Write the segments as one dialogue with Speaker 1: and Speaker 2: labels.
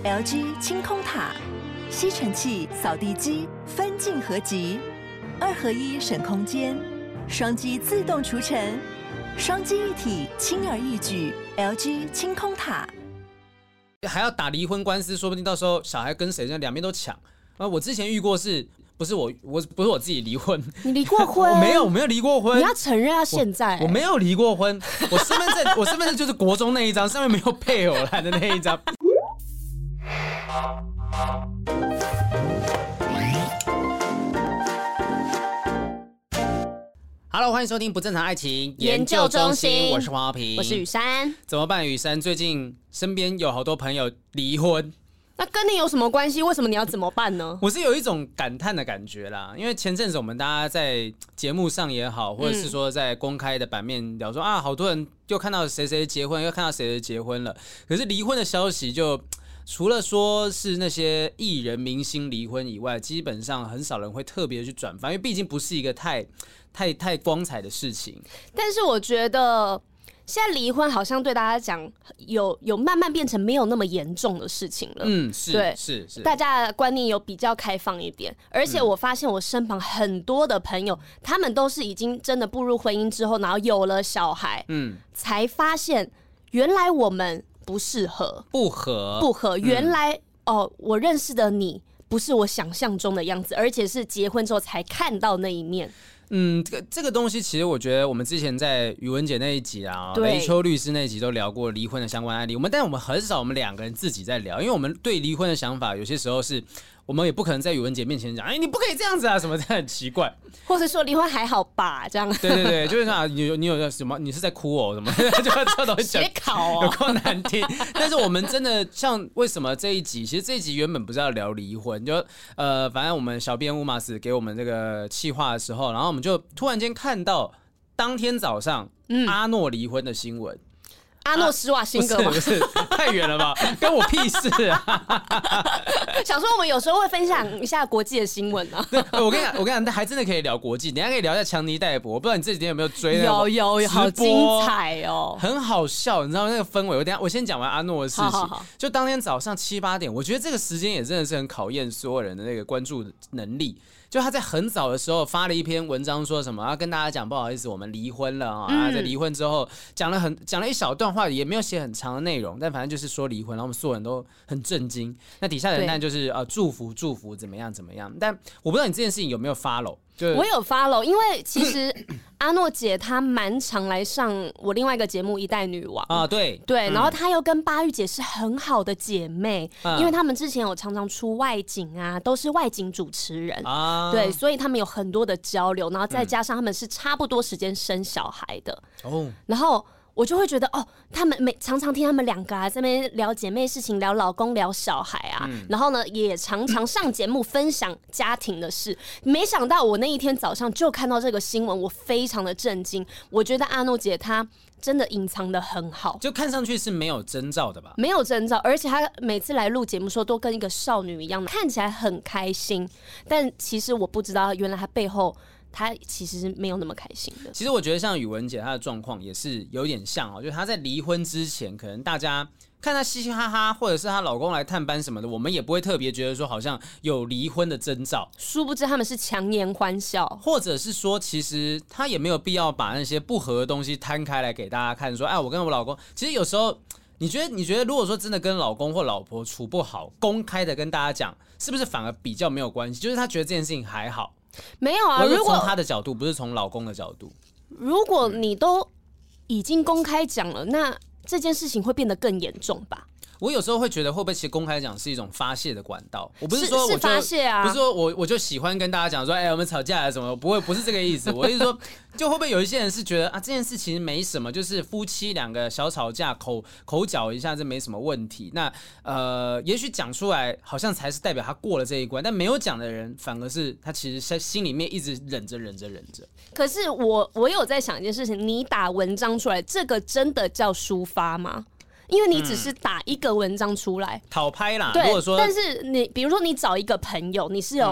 Speaker 1: LG 清空塔，吸尘器、扫地机分镜合集，2合1省空间，双击自动除尘，双击一体轻而易举。LG 清空塔。
Speaker 2: 还要打离婚官司，说不定到时候小孩跟谁，两边都抢。我之前遇过不是我不是我自己离婚，
Speaker 3: 你离过婚？
Speaker 2: 我没有离过婚。
Speaker 3: 你要承认啊！现在
Speaker 2: 我没有离过婚，我身份证就是国中那一张，上面没有配偶栏的那一张。Hello， 欢迎收听不正常爱情研究中心，我是黄浩平，
Speaker 3: 我是雨珊。
Speaker 2: 怎么办？雨珊最近身边有好多朋友离婚。
Speaker 3: 那跟你有什么关系？为什么你要怎么办呢？
Speaker 2: 我是有一种感叹的感觉啦，因为前阵子我们大家在节目上也好，或者是说在公开的版面聊说啊，好多人又看到谁谁结婚，又看到谁谁结婚了。可是离婚的消息就除了说是那些艺人明星离婚以外，基本上很少人会特别去转发，因为毕竟不是一个太光彩的事情。
Speaker 3: 但是我觉得现在离婚好像对大家讲有慢慢变成没有那么严重的事情了。
Speaker 2: 是，
Speaker 3: 大家的观念有比较开放一点。而且我发现我身旁很多的朋友，他们都是已经真的步入婚姻之后，然后有了小孩，才发现原来我们不适合，不合。原来我认识的你不是我想象中的样子，而且是结婚之后才看到那一面。
Speaker 2: 这个东西其实我觉得我们之前在宇文姐那一集啊，雷秋律师那一集都聊过离婚的相关案例。但我们很少我们两个人自己在聊，因为我们对离婚的想法有些时候是我们也不可能在宇文姐面前讲，你不可以这样子啊，什么的很奇怪，
Speaker 3: 或者说离婚还好吧，这样。
Speaker 2: 对，就是说你有什么，你是在哭什么，就这东西
Speaker 3: 写考
Speaker 2: 有够难听。但是我们真的像为什么这一集，其实这一集原本不是要聊离婚，就反正我们小编乌马斯给我们这个企划的时候，然后我们就突然间看到当天早上阿诺离婚的新闻。
Speaker 3: 阿诺施瓦辛格吗？
Speaker 2: 不是太远了吧，跟我屁事啊！
Speaker 3: 想说我们有时候会分享一下国际的新闻啊。
Speaker 2: 我跟你讲，还真的可以聊国际，等一下可以聊一下强尼戴普。我不知道你这几天有没有追那个
Speaker 3: 有好精彩哦，
Speaker 2: 很好笑，你知道那个氛围。我先讲完阿诺的事情。
Speaker 3: 好，
Speaker 2: 就当天早上7、8点，我觉得这个时间也真的是很考验所有人的那个关注能力。就他在很早的时候发了一篇文章，说什么要跟大家讲不好意思，我们离婚了啊！在离婚之后讲了一小段话，也没有写很长的内容，但反正就是说离婚，然后我们所有人都很震惊。那底下的人当然就是祝福怎么样。但我不知道你这件事情有没有 follow。
Speaker 3: 我有 follow， 因为其实阿诺姐她蛮常来上我另外一个节目《一代女王》
Speaker 2: 啊，对，
Speaker 3: 然后她又跟巴玉姐是很好的姐妹，因为他们之前有常常出外景啊，都是外景主持人啊，对，所以他们有很多的交流，然后再加上他们是差不多时间生小孩的然后我就会觉得他们常常听他们两个在那边聊姐妹事情，聊老公，聊小孩啊，然后呢也常常上节目分享家庭的事。没想到我那一天早上就看到这个新闻，我非常的震惊。我觉得阿诺姐她真的隐藏得很好，
Speaker 2: 就看上去是没有征兆的吧？
Speaker 3: 没有征兆，而且她每次来录节目说都跟一个少女一样，看起来很开心，但其实我不知道原来她背后她其实是没有那么开心的。
Speaker 2: 其实我觉得像宇文姐她的状况也是有点像就是她在离婚之前，可能大家看她嘻嘻哈哈，或者是她老公来探班什么的，我们也不会特别觉得说好像有离婚的征兆。殊
Speaker 3: 不知他们是强颜欢笑，
Speaker 2: 或者是说其实她也没有必要把那些不合的东西摊开来给大家看，说我跟我老公，其实有时候你觉得如果说真的跟老公或老婆处不好，公开的跟大家讲，是不是反而比较没有关系？就是她觉得这件事情还好。
Speaker 3: 没有啊，
Speaker 2: 如果从他的角度，不是从老公的角度。
Speaker 3: 如果你都已经公开讲了，那这件事情会变得更严重吧？
Speaker 2: 我有时候会觉得，会不会其实公开讲是一种发泄的管道？我不是说
Speaker 3: 是发泄啊，
Speaker 2: 不是说我就喜欢跟大家讲说，我们吵架了什么？不是这个意思。我意思说，就会不会有一些人是觉得这件事其实没什么，就是夫妻两个小吵架，口角一下，这没什么问题。那也许讲出来好像才是代表他过了这一关，但没有讲的人，反而是他其实心里面一直忍着。
Speaker 3: 可是我有在想一件事情，你打文章出来，这个真的叫抒发吗？因为你只是打一个文章出来，
Speaker 2: 讨拍啦。
Speaker 3: 对，
Speaker 2: 如果说，
Speaker 3: 但是你比如说你找一个朋友，你是有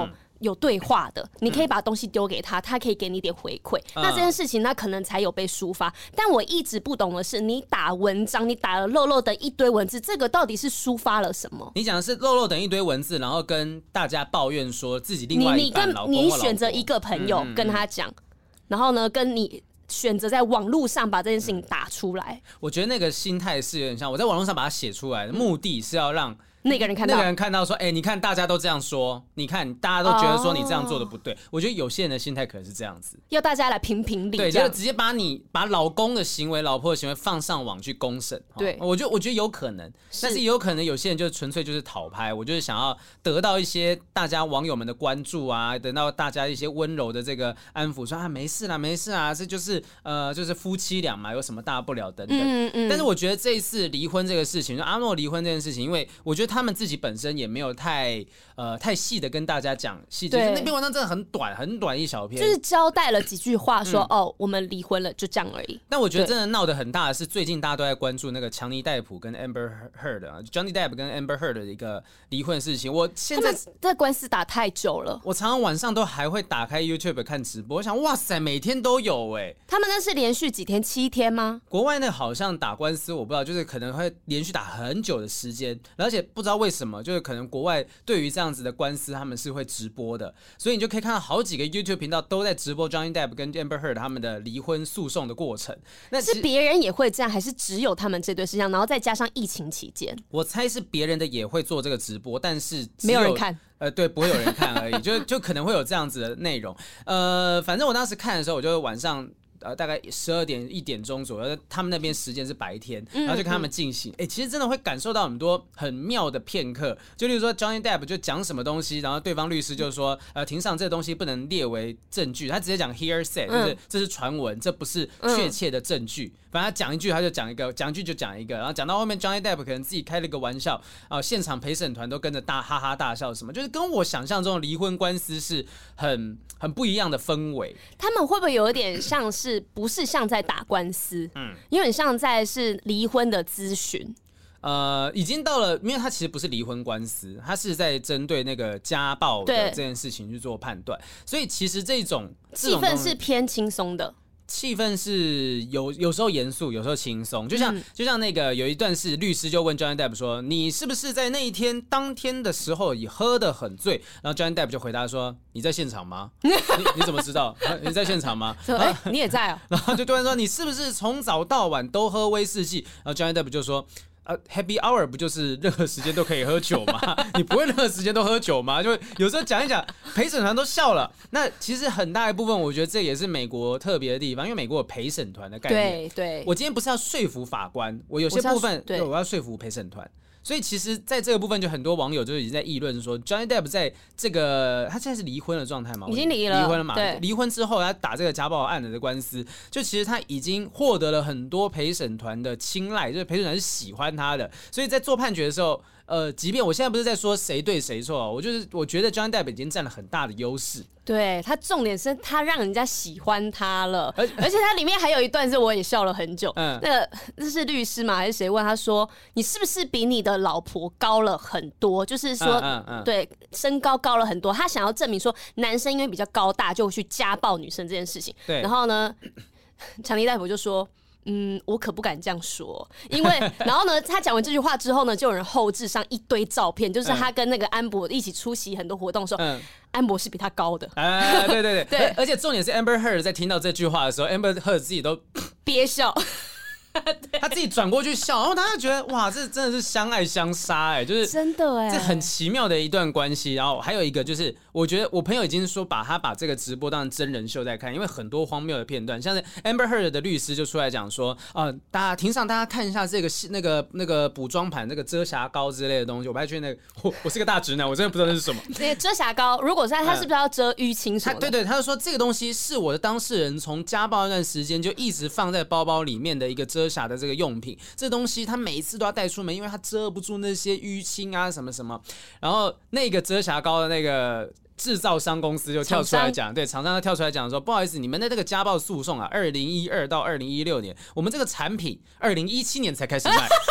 Speaker 3: 有对话的，你可以把东西丢给他，他可以给你点回馈，那这件事情那可能才有被抒发。但我一直不懂的是，你打文章，你打了肉肉的一堆文字，这个到底是抒发了什么？
Speaker 2: 你讲的是肉肉等一堆文字，然后跟大家抱怨说自己另外一半老公或老婆，
Speaker 3: 你选择一个朋友跟他讲，然后呢，跟你选择在网络上把这件事情打出来。
Speaker 2: 我觉得那个心态是有点像我在网络上把它写出来的目的是要让
Speaker 3: 那个人看到
Speaker 2: 说，你看大家都这样说，你看大家都觉得说你这样做的不对。我觉得有些人的心态可能是这样子，
Speaker 3: 要大家来评评理，
Speaker 2: 对，就是直接把老公的行为、老婆的行为放上网去公审。
Speaker 3: 对，
Speaker 2: 我觉得有可能，但是也有可能有些人就纯粹就是讨拍，我就是想要得到一些大家网友们的关注啊，得到大家一些温柔的这个安抚，说没事啦，这就是就是夫妻俩嘛，有什么大不了等等。但是我觉得这一次离婚这个事情，就阿诺离婚这件事情，因为我觉得他们自己本身也没有太细的跟大家讲细节，那篇文章真的很短一小篇，
Speaker 3: 就是交代了几句话说，我们离婚了，就这样而已。
Speaker 2: 但我觉得真的闹得很大的是，最近大家都在关注那个强尼戴普跟 Amber Heard，Johnny Depp 跟 Amber Heard 的一个离婚事情。我现在
Speaker 3: 这官司打太久了，
Speaker 2: 我常常晚上都还会打开 YouTube 看直播，我想哇塞，每天都有
Speaker 3: 他们那是连续几天，7天吗？
Speaker 2: 国外那好像打官司我不知道，就是可能会连续打很久的时间，而且不知道为什么，就是可能国外对于这样子的官司他们是会直播的，所以你就可以看到好几个 YouTube 频道都在直播 Johnny Depp 跟 Amber Heard 他们的离婚诉讼的过程。那
Speaker 3: 是别人也会这样，还是只有他们这对是这样？然后再加上疫情期间，
Speaker 2: 我猜是别人的也会做这个直播，但是
Speaker 3: 没有人看。
Speaker 2: 对，不会有人看而已，就可能会有这样子的内容。反正我当时看的时候，我就晚上。大概12点1点钟左右，他们那边时间是白天，然后就看他们进行。其实真的会感受到很多很妙的片刻，就例如说 Johnny Depp 就讲什么东西，然后对方律师就说，庭上这个东西不能列为证据，他直接讲 hearsay， 就是这是传闻，这不是确切的证据。反正他讲一句他就讲一个，讲一句就讲一个，然后讲到后面 Johnny Depp 可能自己开了一个玩笑，现场陪审团都跟着哈哈大笑什么，就是跟我想象中的离婚官司是很不一样的氛围。
Speaker 3: 他们会不会有一点像是不是像在打官司，有点像在是离婚的咨询？
Speaker 2: 已经到了，因为他其实不是离婚官司，他是在针对那个家暴的这件事情去做判断，所以其实这种
Speaker 3: 气氛是偏轻松的。
Speaker 2: 气氛是有时候严肃，有时候轻松，就像那个有一段是律师就问 Johnny Depp 说，你是不是在那一天当天的时候也喝得很醉？然后 Johnny Depp 就回答说，你在现场吗？你怎么知道？你在现场吗？
Speaker 3: 你也在
Speaker 2: 然后就突然说，你是不是从早到晚都喝威士忌？然后 Johnny Depp 就说。Happy Hour 不就是任何时间都可以喝酒吗？你不会任何时间都喝酒吗？就有时候讲一讲，陪审团都笑了。那其实很大一部分，我觉得这也是美国特别的地方，因为美国有陪审团的概念。
Speaker 3: 对，
Speaker 2: 我今天不是要说服法官，我有些部分我要说服陪审团。所以其实在这个部分，就很多网友就已经在议论说 ，Johnny Depp 在这个他现在是离婚的状态嘛，
Speaker 3: 已经离婚
Speaker 2: 了嘛。离婚之后，他打这个家暴案的官司，就其实他已经获得了很多陪审团的青睐，就是陪审团是喜欢他的。所以在做判决的时候，即便我现在不是在说谁对谁错，我觉得 Johnny Depp 已经占了很大的优势。
Speaker 3: 对，他重点是他让人家喜欢他了，而且他里面还有一段是我也笑了很久。那是律师嘛还是谁问他说，你是不是比你的老婆高了很多？就是说，对，身高高了很多。他想要证明说，男生因为比较高大，就去家暴女生这件事情。
Speaker 2: 对，
Speaker 3: 然后呢，强尼戴普就说。我可不敢这样说，因为然后呢，他讲完这句话之后呢，就有人后置上一堆照片，就是他跟那个安博一起出席很多活动的时候，安博是比他高的。
Speaker 2: 对，而且重点是 Amber Heard 在听到这句话的时候 ，Amber Heard 自己都
Speaker 3: 憋笑。
Speaker 2: 他自己转过去笑，然后他就觉得哇，这真的是相爱相杀就是
Speaker 3: 真的
Speaker 2: 这很奇妙的一段关系。然后还有一个就是，我觉得我朋友已经说把这个直播当成真人秀在看，因为很多荒谬的片段，像是 Amber Heard 的律师就出来讲说，大家庭上大家看一下这个那个补妆盘、那个遮瑕膏之类的东西，我不太确定我是个大直男，我真的不知道那是什么。
Speaker 3: 遮瑕膏，如果是他是不是要遮淤青什么的？
Speaker 2: 对，他就说这个东西是我的当事人从家暴那段时间就一直放在包包里面的一个遮瑕的这个用品，这东西他每一次都要带出门，因为他遮不住那些淤青啊什么什么。然后那个遮瑕膏的那个制造商公司就跳出来讲，对，厂商跳出来讲说，不好意思，你们的这个家暴诉讼啊，2012到2016年，我们这个产品2017年才开始卖。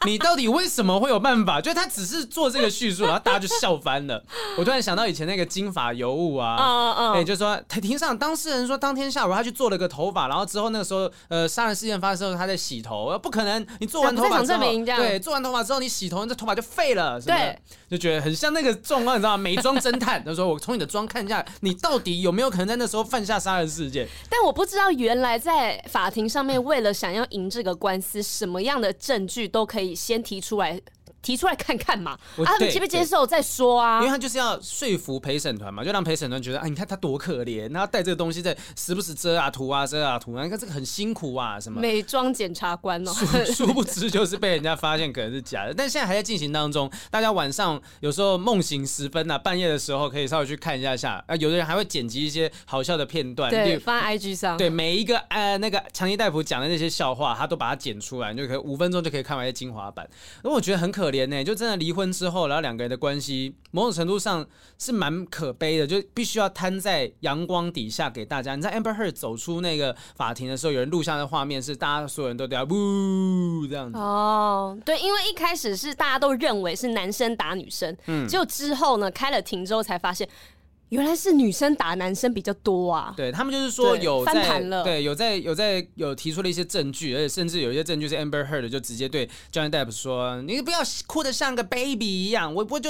Speaker 2: 你到底为什么会有办法？就是他只是做这个叙述，然后大家就笑翻了。我突然想到以前那个金发尤物啊，就是说庭上当事人说，当天下午他去做了个头发，然后之后那个时候杀人事件发生的时候他在洗头，不可能，你做完头发之后，对，做完头发之后你洗头，你这头发就废了，什么的，就觉得很像那个状况，你知道吗？美妆侦探，他说我从你的妆看一下，你到底有没有可能在那时候犯下杀人事件？
Speaker 3: 但我不知道原来在法庭上面，为了想要赢这个官司，什么样的证据都可以先提出来看看嘛，他们接不接受再说啊。
Speaker 2: 因为他就是要说服陪审团嘛，就让陪审团觉得，你看他多可怜，他带这个东西在时不时遮啊涂啊，你看这个很辛苦啊，什么
Speaker 3: 美妆检察官哦，
Speaker 2: 殊不知就是被人家发现可能是假的，但现在还在进行当中。大家晚上有时候梦醒时分啊，半夜的时候可以稍微去看一下有的人还会剪辑一些好笑的片段，
Speaker 3: 对，放在 IG 上。
Speaker 2: 对，每一个那个强尼戴普讲的那些笑话，他都把它剪出来，你就可以5分钟就可以看完一些精华版。因为我觉得很可怜。就真的离婚之后，然后两个人的关系某种程度上是蛮可悲的，就必须要摊在阳光底下给大家。你在 Amber Heard 走出那个法庭的时候，有人录下的画面是大家所有人都对他呜这样子。
Speaker 3: 对，因为一开始是大家都认为是男生打女生，结果之后呢，开了庭之后才发现，原来是女生打男生比较多啊！
Speaker 2: 对，他们就是说有
Speaker 3: 翻盘了，
Speaker 2: 对，有提出了一一些证据，而且甚至有一些证据是 Amber Heard 就直接对 Johnny Depp 说：“你不要哭得像个 baby 一样，我不就是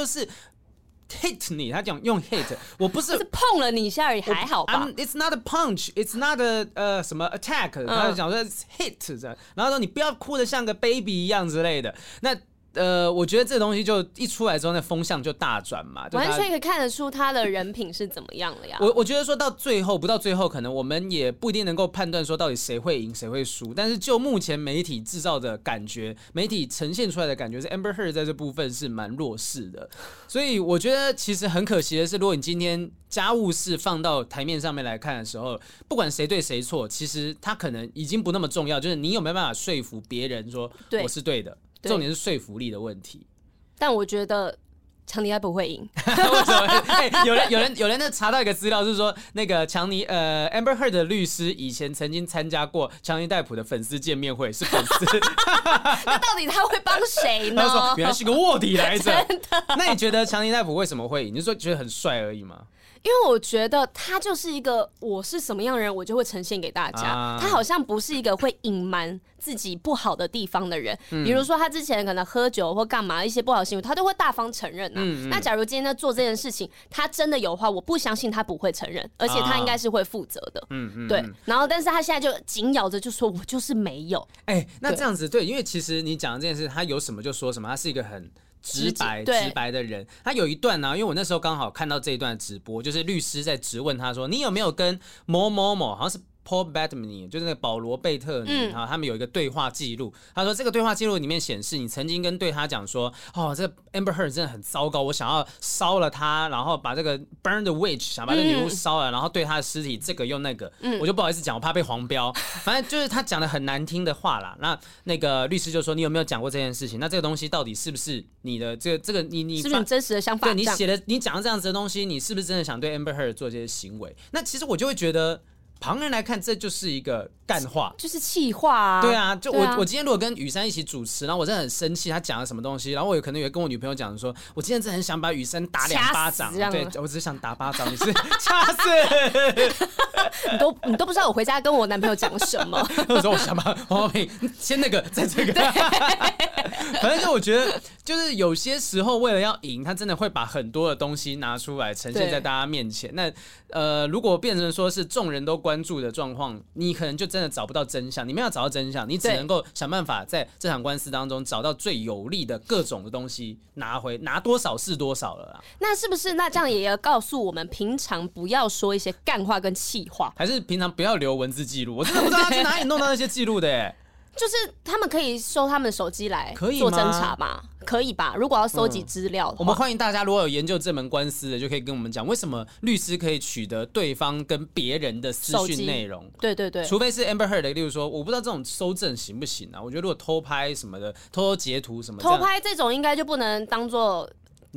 Speaker 2: hit 你？”他讲用 hit， 我不是
Speaker 3: 碰了你一下而已，还好吧
Speaker 2: ？It's not a punch, it's not a 什么 attack， 他就讲说 hit 这样，然后说你不要哭得像个 baby 一样之类的。那我觉得这东西就一出来之后，那风向就大转嘛，
Speaker 3: 完全可以看得出他的人品是怎么样了呀。
Speaker 2: 我觉得说到最后，不到最后，可能我们也不一定能够判断说到底谁会赢谁会输。但是就目前媒体制造的感觉，媒体呈现出来的感觉是 Amber Heard 在这部分是蛮弱势的。所以我觉得其实很可惜的是，如果你今天家务事放到台面上面来看的时候，不管谁对谁错，其实他可能已经不那么重要，就是你有没有办法说服别人说我是对的。重点是说服力的问题，
Speaker 3: 但我觉得强尼戴普会赢。
Speaker 2: 为什么？有人查到一个资料，是说那个Amber Heard 的律师以前曾经参加过强尼戴普的粉丝见面会，是粉丝。
Speaker 3: 那到底他会帮谁呢？
Speaker 2: 他说原来是个卧底来着。
Speaker 3: 真的？
Speaker 2: 那你觉得强尼戴普为什么会赢？你是说觉得很帅而已吗？
Speaker 3: 因为我觉得他就是一个我是什么样的人，我就会呈现给大家。他好像不是一个会隐瞒自己不好的地方的人，比如说他之前可能喝酒或干嘛一些不好的行为，他都会大方承认啊。那假如今天做这件事情，他真的有的话，我不相信他不会承认，而且他应该是会负责的。对。然后，但是他现在就紧咬着就说，我就是没有。
Speaker 2: 那这样子对，因为其实你讲的这件事，他有什么就说什么，他是一个很直白的人。他有一段呢，因为我那时候刚好看到这一段直播，就是律师在质问他说：“你有没有跟某某某，好像是Paul Bettany， 就是那个保罗贝特尼，他们有一个对话记录。他说这个对话记录里面显示，你曾经对他讲说，这个 Amber Heard 真的很糟糕，我想要烧了他，然后把这个 burn the witch， 想把这女巫烧了，然后对他的尸体这个用那个，我就不好意思讲，我怕被黄标。反正就是他讲的很难听的话啦。那个律师就说，你有没有讲过这件事情？那这个东西到底是不是你的这个你
Speaker 3: 是不是你真实的想法？
Speaker 2: 对，你讲的这样子的东西，你是不是真的想对 Amber Heard 做这些行为？那其实我就会觉得。旁人来看，这就是一个干话，
Speaker 3: 就是气话啊。
Speaker 2: 对啊，就我今天如果跟雨珊一起主持，然后我真的很生气，他讲了什么东西，然后我有可能也跟我女朋友讲说，我今天真的很想把雨珊打2巴掌，对我只是想打巴掌，你是掐死，
Speaker 3: 你都不知道我回家跟我男朋友讲什么。
Speaker 2: 我说我想把黄浩平先那个在这个，反正就我觉得就是有些时候为了要赢，他真的会把很多的东西拿出来呈现在大家面前。那如果变成说是众人都关注的状况，你可能就真的找不到真相。你没有找到真相，你只能够想办法在这场官司当中找到最有利的各种的东西拿多少是多少了啦。
Speaker 3: 那是不是那这样也要告诉我们，平常不要说一些干话跟气话，
Speaker 2: 还是平常不要留文字记录？我真的不知道他去哪里弄到那些记录的耶。
Speaker 3: 就是他们可以收他们的手机来做侦查嘛？可以吧？如果要搜集资料的话，
Speaker 2: 我们欢迎大家如果有研究这门官司的，就可以跟我们讲为什么律师可以取得对方跟别人的私讯内容。
Speaker 3: 对对对，
Speaker 2: 除非是 Amber Heard 的，例如说，我不知道这种搜证行不行啊？我觉得如果偷拍什么的，偷截图什么的，
Speaker 3: 偷拍这种应该就不能当做。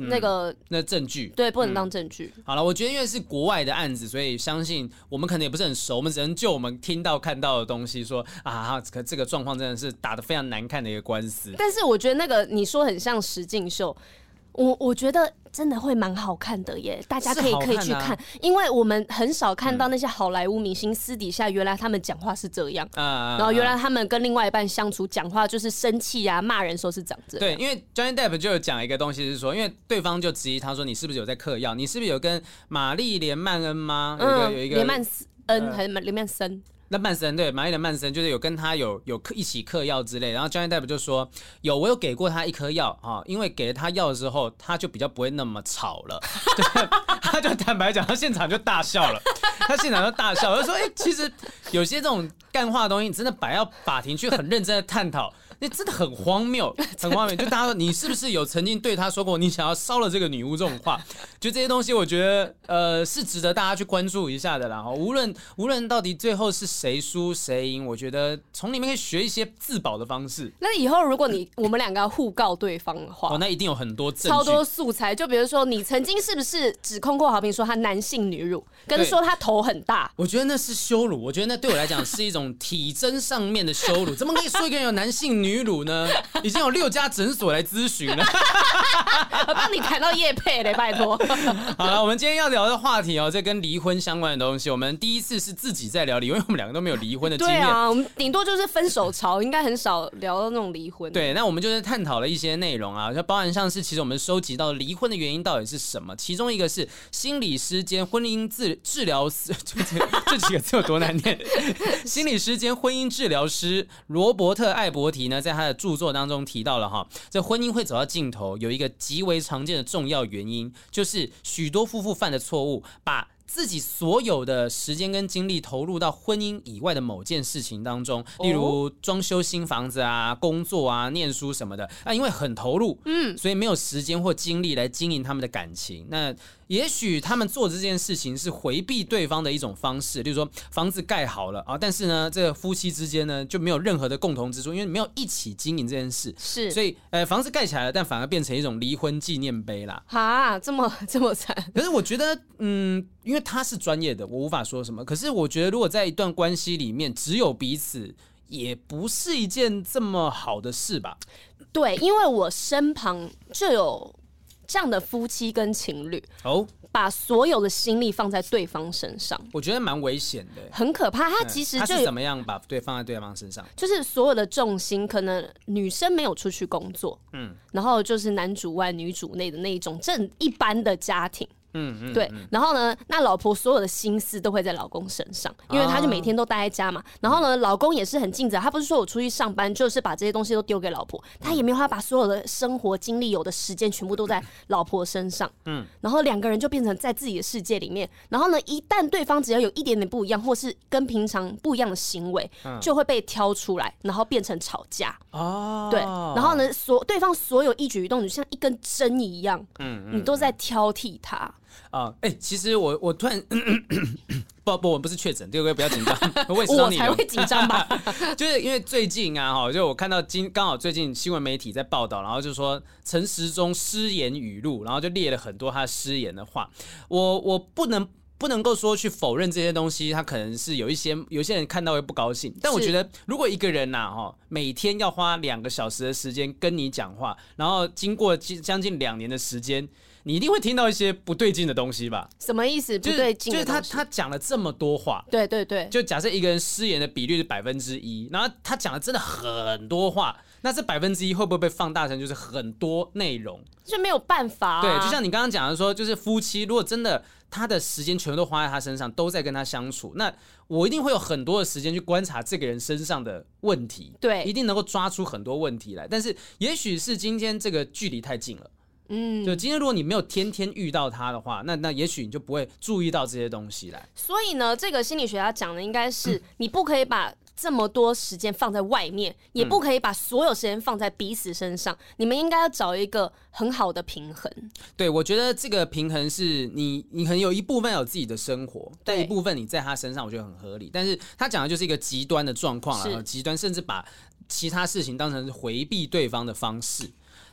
Speaker 2: 那证据，
Speaker 3: 对，不能当证据。
Speaker 2: 好了，我觉得因为是国外的案子，所以相信我们可能也不是很熟，我们只能就我们听到看到的东西说啊，这个状况真的是打得非常难看的一个官司。
Speaker 3: 但是我觉得那个你说很像实境秀，我觉得真的会蛮好看的耶，大家可以去看，因为我们很少看到那些好莱坞明星私底下原来他们讲话是这样，然后原来他们跟另外一半相处讲话就是生氣啊骂人时候是长这样。
Speaker 2: 对，因为 Johnny Depp 就有讲一个东西是说，因为对方就质疑他说你是不是有在嗑药，你是不是有跟玛丽莲曼恩吗？有一个
Speaker 3: 莲曼恩还是莲曼森？
Speaker 2: 那曼森对玛丽莲曼森就是有跟他有一起嗑药之类，然后 Johnny Depp 就说我有给过他一颗药因为给了他药之后，他就比较不会那么吵了，他就坦白讲，他现场就大笑了，他现场就大笑，就说其实有些这种干话的东西，你真的摆到法庭去很认真的探讨。那真的很荒谬，很荒谬。就大家说你是不是有曾经对他说过你想要烧了这个女巫这种话？就这些东西，我觉得是值得大家去关注一下的啦。无论到底最后是谁输谁赢，我觉得从里面可以学一些自保的方式。
Speaker 3: 那以后如果我们两个要互告对方的话，
Speaker 2: 那一定有很多证据，
Speaker 3: 超多素材。就比如说你曾经是不是指控过豪平说他男性女乳，跟说他头很大？
Speaker 2: 我觉得那是羞辱，我觉得那对我来讲是一种体征上面的羞辱。怎么可以说一个人有男性女乳呢？已经有6家诊所来咨询了，
Speaker 3: 我帮你谈到业配嘞，拜托。
Speaker 2: 好了，我们今天要聊的话题这跟离婚相关的东西，我们第一次是自己在聊离婚，因为我们两个都没有离婚的经验。
Speaker 3: 对啊，我们顶多就是分手潮，应该很少聊到那种离婚。
Speaker 2: 对，那我们就是探讨了一些内容就包含像是其实我们收集到离婚的原因到底是什么，其中一个是心理师兼婚姻治疗师，这几个字有多难念？心理师兼婚姻治疗师罗伯特·艾伯提呢，在他的著作当中提到了这婚姻会走到尽头有一个极为常见的重要原因，就是许多夫妇犯的错误，把自己所有的时间跟精力投入到婚姻以外的某件事情当中，例如装修新房子工作念书什么的因为很投入，所以没有时间或精力来经营他们的感情。那也许他们做这件事情是回避对方的一种方式，例如说房子盖好了但是呢，这个夫妻之间呢就没有任何的共同之处，因为没有一起经营这件事，
Speaker 3: 是，
Speaker 2: 所以房子盖起来了，但反而变成一种离婚纪念碑啦。
Speaker 3: 这么惨。
Speaker 2: 可是我觉得因为他是专业的，我无法说什么。可是我觉得，如果在一段关系里面只有彼此，也不是一件这么好的事吧？
Speaker 3: 对，因为我身旁就有这样的夫妻跟情侣把所有的心力放在对方身上，
Speaker 2: 我觉得蛮危险的，
Speaker 3: 很可怕。他其实
Speaker 2: 他是怎么样把放在对方身上？
Speaker 3: 就是所有的重心，可能女生没有出去工作，然后就是男主外女主内的那一种正一般的家庭。对，然后呢，那老婆所有的心思都会在老公身上，因为他就每天都待在家嘛。然后呢，老公也是很尽责，他不是说我出去上班就是把这些东西都丢给老婆，他也没有他把所有的生活精力、有的时间全部都在老婆身上。然后两个人就变成在自己的世界里面。然后呢，一旦对方只要有一点点不一样，或是跟平常不一样的行为，就会被挑出来，然后变成吵架。对，然后呢，对方所有一举一动就像一根针一样，你都在挑剔他。
Speaker 2: 其实我突然我不是确诊，第二个不要紧张，我
Speaker 3: 才会紧张吧？
Speaker 2: 就是因为最近就我看到刚好最近新闻媒体在报道，然后就说陈时中失言语录，然后就列了很多他失言的话，我不能够说去否认这些东西，他可能是有些人看到会不高兴，但我觉得如果一个人每天要花2个小时的时间跟你讲话，然后经过将近2年的时间，你一定会听到一些不对劲的东西吧？
Speaker 3: 什么意思？不对劲的东西？
Speaker 2: 就是他讲了这么多话，
Speaker 3: 对对对，
Speaker 2: 就假设一个人失言的比率是1%，然后他讲了真的很多话，那这1%会不会被放大成就是很多内容？
Speaker 3: 就没有办法
Speaker 2: 对，就像你刚刚讲的说，就是夫妻如果真的他的时间全都花在他身上，都在跟他相处，那我一定会有很多的时间去观察这个人身上的问题，
Speaker 3: 对，
Speaker 2: 一定能够抓出很多问题来。但是也许是今天这个距离太近了。就今天如果你没有天天遇到他的话，那也许你就不会注意到这些东西来。
Speaker 3: 所以呢，这个心理学家讲的应该是，你不可以把这么多时间放在外面，也不可以把所有时间放在彼此身上，你们应该要找一个很好的平衡。
Speaker 2: 对，我觉得这个平衡是你可能有一部分有自己的生活，但一部分你在他身上，我觉得很合理。但是他讲的就是一个极端的状况了，极端甚至把其他事情当成是回避对方的方式。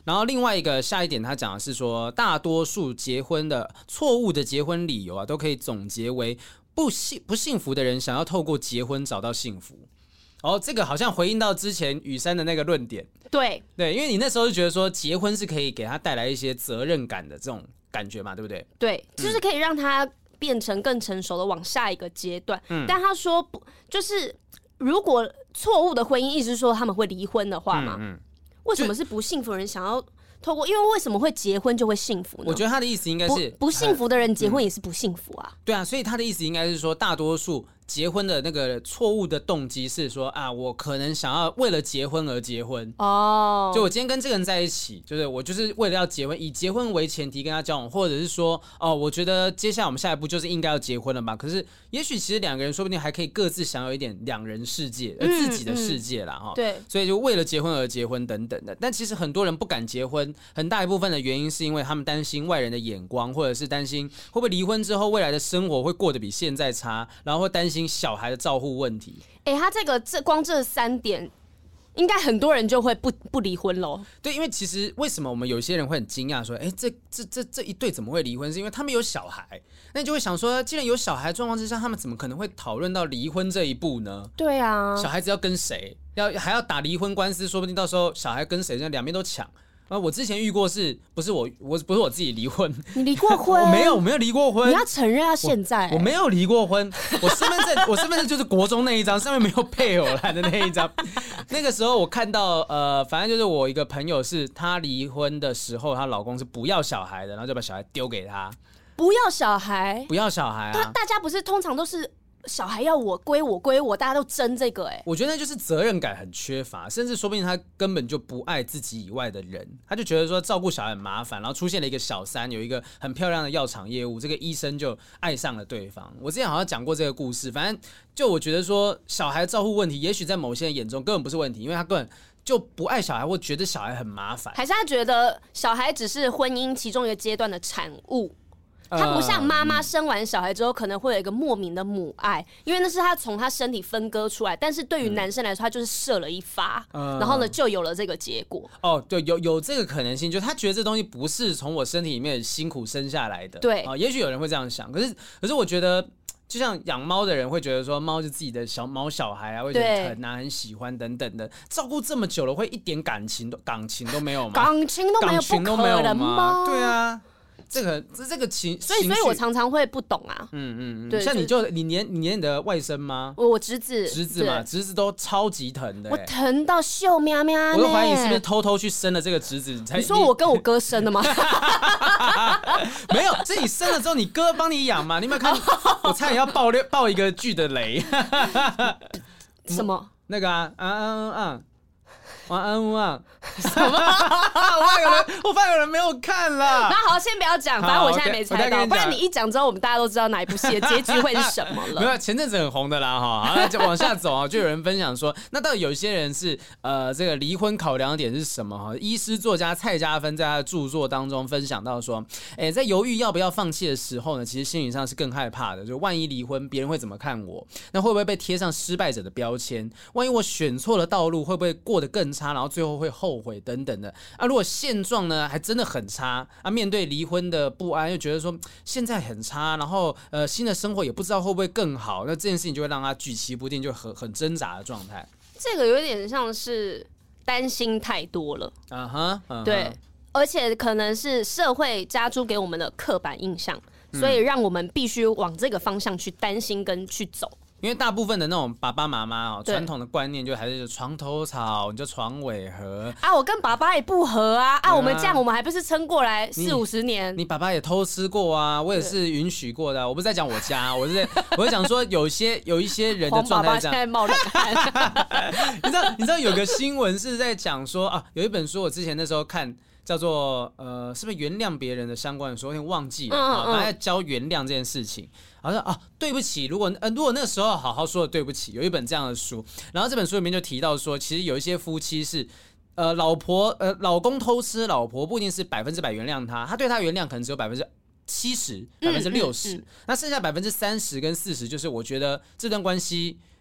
Speaker 2: 然后另外一个下一点，他讲的是说，大多数结婚的错误的结婚理由啊，都可以总结为不幸福的人想要透过结婚找到幸福。这个好像回应到之前雨珊的那个论点。
Speaker 3: 对，
Speaker 2: 因为你那时候就觉得说，结婚是可以给他带来一些责任感的这种感觉嘛，对不对？
Speaker 3: 对，就是可以让他变成更成熟的往下一个阶段。但他说不，就是如果错误的婚姻意思是说他们会离婚的话嘛，为什么是不幸福的人想要透过？因为为什么会结婚就会幸福呢？
Speaker 2: 我觉得他的意思应该是
Speaker 3: 不幸福的人结婚也是不幸福啊。
Speaker 2: 对啊，所以他的意思应该是说，大多数结婚的那个错误的动机是说啊，我可能想要为了结婚而结婚。就我今天跟这个人在一起，就是我就是为了要结婚，以结婚为前提跟他交往，或者是说我觉得接下来我们下一步就是应该要结婚了嘛。可是也许其实两个人说不定还可以各自享有一点两人世界，自己的世界啦哈。
Speaker 3: 对，
Speaker 2: 所以就为了结婚而结婚等等的。但其实很多人不敢结婚，很大一部分的原因是因为他们担心外人的眼光，或者是担心会不会离婚之后未来的生活会过得比现在差，然后会担心小孩的照护问题。
Speaker 3: 他光这3点，应该很多人就会不离婚喽。
Speaker 2: 对，因为其实为什么我们有些人会很惊讶说，这一对怎么会离婚？是因为他们有小孩，那你就会想说，既然有小孩状况之下，他们怎么可能会讨论到离婚这一步呢？
Speaker 3: 对啊，
Speaker 2: 小孩子要跟谁，还要打离婚官司，说不定到时候小孩跟谁，两边都抢。我之前遇过不是我不是我自己离婚，
Speaker 3: 你离过婚？
Speaker 2: 我没有离过婚。
Speaker 3: 你要承认啊！现在
Speaker 2: 我没有离过婚，我身份证就是国中那一张，上面没有配偶栏的那一张。那个时候我看到反正就是我一个朋友是她离婚的时候，她老公是不要小孩的，然后就把小孩丢给她。
Speaker 3: 不要小孩啊！大家不是通常都是小孩要我归我，大家都争这个我
Speaker 2: 觉得就是责任感很缺乏，甚至说不定他根本就不爱自己以外的人，他就觉得说照顾小孩很麻烦，然后出现了一个小三，有一个很漂亮的药厂业务，这个医生就爱上了对方。我之前好像讲过这个故事，反正就我觉得说小孩照顾问题，也许在某些人眼中根本不是问题，因为他根本就不爱小孩，或觉得小孩很麻烦，
Speaker 3: 还是他觉得小孩只是婚姻其中一个阶段的产物。他不像妈妈生完小孩之后可能会有一个莫名的母爱，因为那是他从他身体分割出来，但是对于男生来说，他就是射了一发，然后呢就有了这个结果。
Speaker 2: 对，有这个可能性，就他觉得这东西不是从我身体里面辛苦生下来的。
Speaker 3: 对，
Speaker 2: 也许有人会这样想，可是我觉得，就像养猫的人会觉得说，猫是自己的毛小孩啊，会觉得很很喜欢等等的，照顾这么久了，会一点感情都没有吗？
Speaker 3: 感情都没有，不可能吗？
Speaker 2: 对啊。这个情，
Speaker 3: 所以我常常会不懂啊。
Speaker 2: 对，像你黏你的外甥吗？
Speaker 3: 我侄子
Speaker 2: 嘛，侄子都超级疼的，
Speaker 3: 我疼到秀喵喵。
Speaker 2: 我都怀疑你是不是偷偷去生了这个侄子。
Speaker 3: 你说我跟我哥生的吗？
Speaker 2: 没有，是你生了之后，你哥帮你养嘛？你有没有看？我差点要爆一个剧的雷。
Speaker 3: 什么？
Speaker 2: 那个晚安
Speaker 3: 什么？
Speaker 2: 我怕有人没有看啦。
Speaker 3: 那好，先不要讲，反正我现在没猜到。不然你一讲之后，我们大家都知道哪一部戏的结局会是什么了。
Speaker 2: 没有，前阵子很红的啦哈。好，那往下走啊，就有人分享说，那到底有些人是这个离婚考量点是什么哈？医师作家蔡家芬在他的著作当中分享到说，在犹豫要不要放弃的时候呢，其实心理上是更害怕的，就万一离婚，别人会怎么看我？那会不会被贴上失败者的标签？万一我选错了道路，会不会过得更差，然后最后会后悔等等的啊？如果现状呢还真的很差啊，面对离婚的不安，又觉得说现在很差，然后新的生活也不知道会不会更好，那这件事情就会让他举棋不定，就很挣扎的状态。
Speaker 3: 这个有点像是担心太多了对，而且可能是社会加诸给我们的刻板印象，所以让我们必须往这个方向去担心跟去走。
Speaker 2: 因为大部分的那种爸爸妈妈传统的观念就还是床头吵，你就床尾和
Speaker 3: 啊，我跟爸爸也不合啊，我们这样我们还不是撑过来40-50年？
Speaker 2: 你爸爸也偷吃过啊，我也是允许过的，我不是在讲我家，我是讲说有一些人的状态这样。黄爸爸现在冒冷汗。你知道有个新闻是在讲说啊，有一本书我之前那时候看。叫做是不是原谅别人的相关的书，我有点忘记了反正在教原谅这件事情。好像对不起，如果那时候好好说的对不起，有一本这样的书，然后这本书里面就提到说，其实有一些夫妻是老公偷吃，老婆不一定是100%原谅他对他原谅可能只有70%、60%，那剩下30%跟40%，就是我觉得这段关系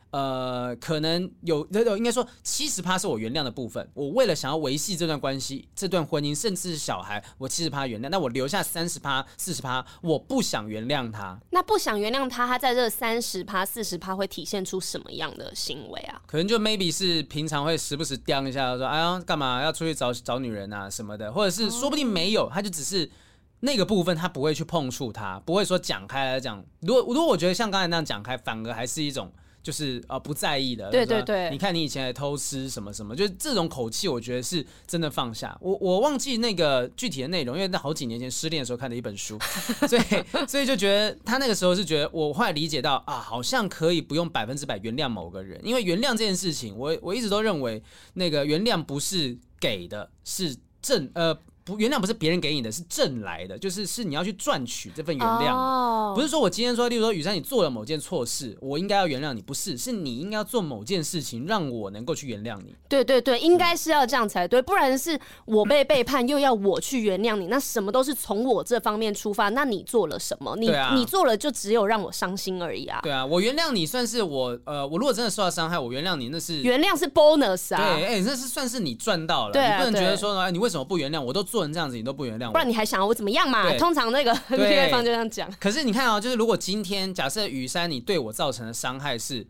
Speaker 2: 可能应该说70%是我原谅的部分。我为了想要维系这段关系、这段婚姻，甚至是小孩，我70%原谅，但我留下30%、40%，我不想原谅他。
Speaker 3: 那不想原谅他，他在这30%、40%会体现出什么样的行为啊？
Speaker 2: 可能就 maybe 是平常会时不时刁一下，说哎呀干嘛要出去找女人啊什么的，或者是说不定没有，他就只是。那个部分他不会去碰触他，不会说讲开来讲。如果我觉得像刚才那样讲开，反而还是一种就是不在意的。
Speaker 3: 对对对，
Speaker 2: 你看你以前还偷吃什么什么，就是这种口气，我觉得是真的放下。我忘记那个具体的内容，因为那好几年前失恋的时候看的一本书，所以就觉得他那个时候是觉得，我后来理解到啊，好像可以不用100%原谅某个人，因为原谅这件事情，我一直都认为那个原谅不是给的，是原谅不是别人给你的，是挣来的，是你要去赚取这份原谅。不是说我今天说，例如说雨珊你做了某件错事，我应该要原谅你，不是，是你应该要做某件事情，让我能够去原谅你。
Speaker 3: 对对对，应该是要这样才对，不然是我被背叛，又要我去原谅你，那什么都是从我这方面出发，那你做了什么？你做了就只有让我伤心而已啊。
Speaker 2: 对啊，我原谅你算是我如果真的受到伤害，我原谅你，那是
Speaker 3: 原谅是 bonus 啊。
Speaker 2: 对，那是算是你赚到了，
Speaker 3: 对啊，
Speaker 2: 你不能觉得说你为什么不原谅我？都做成这样子，你都不原谅我，
Speaker 3: 不然你还想我怎么样嘛？通常那个另外一方就这样讲。
Speaker 2: 可是你看就是如果今天假设雨珊你对我造成的伤害是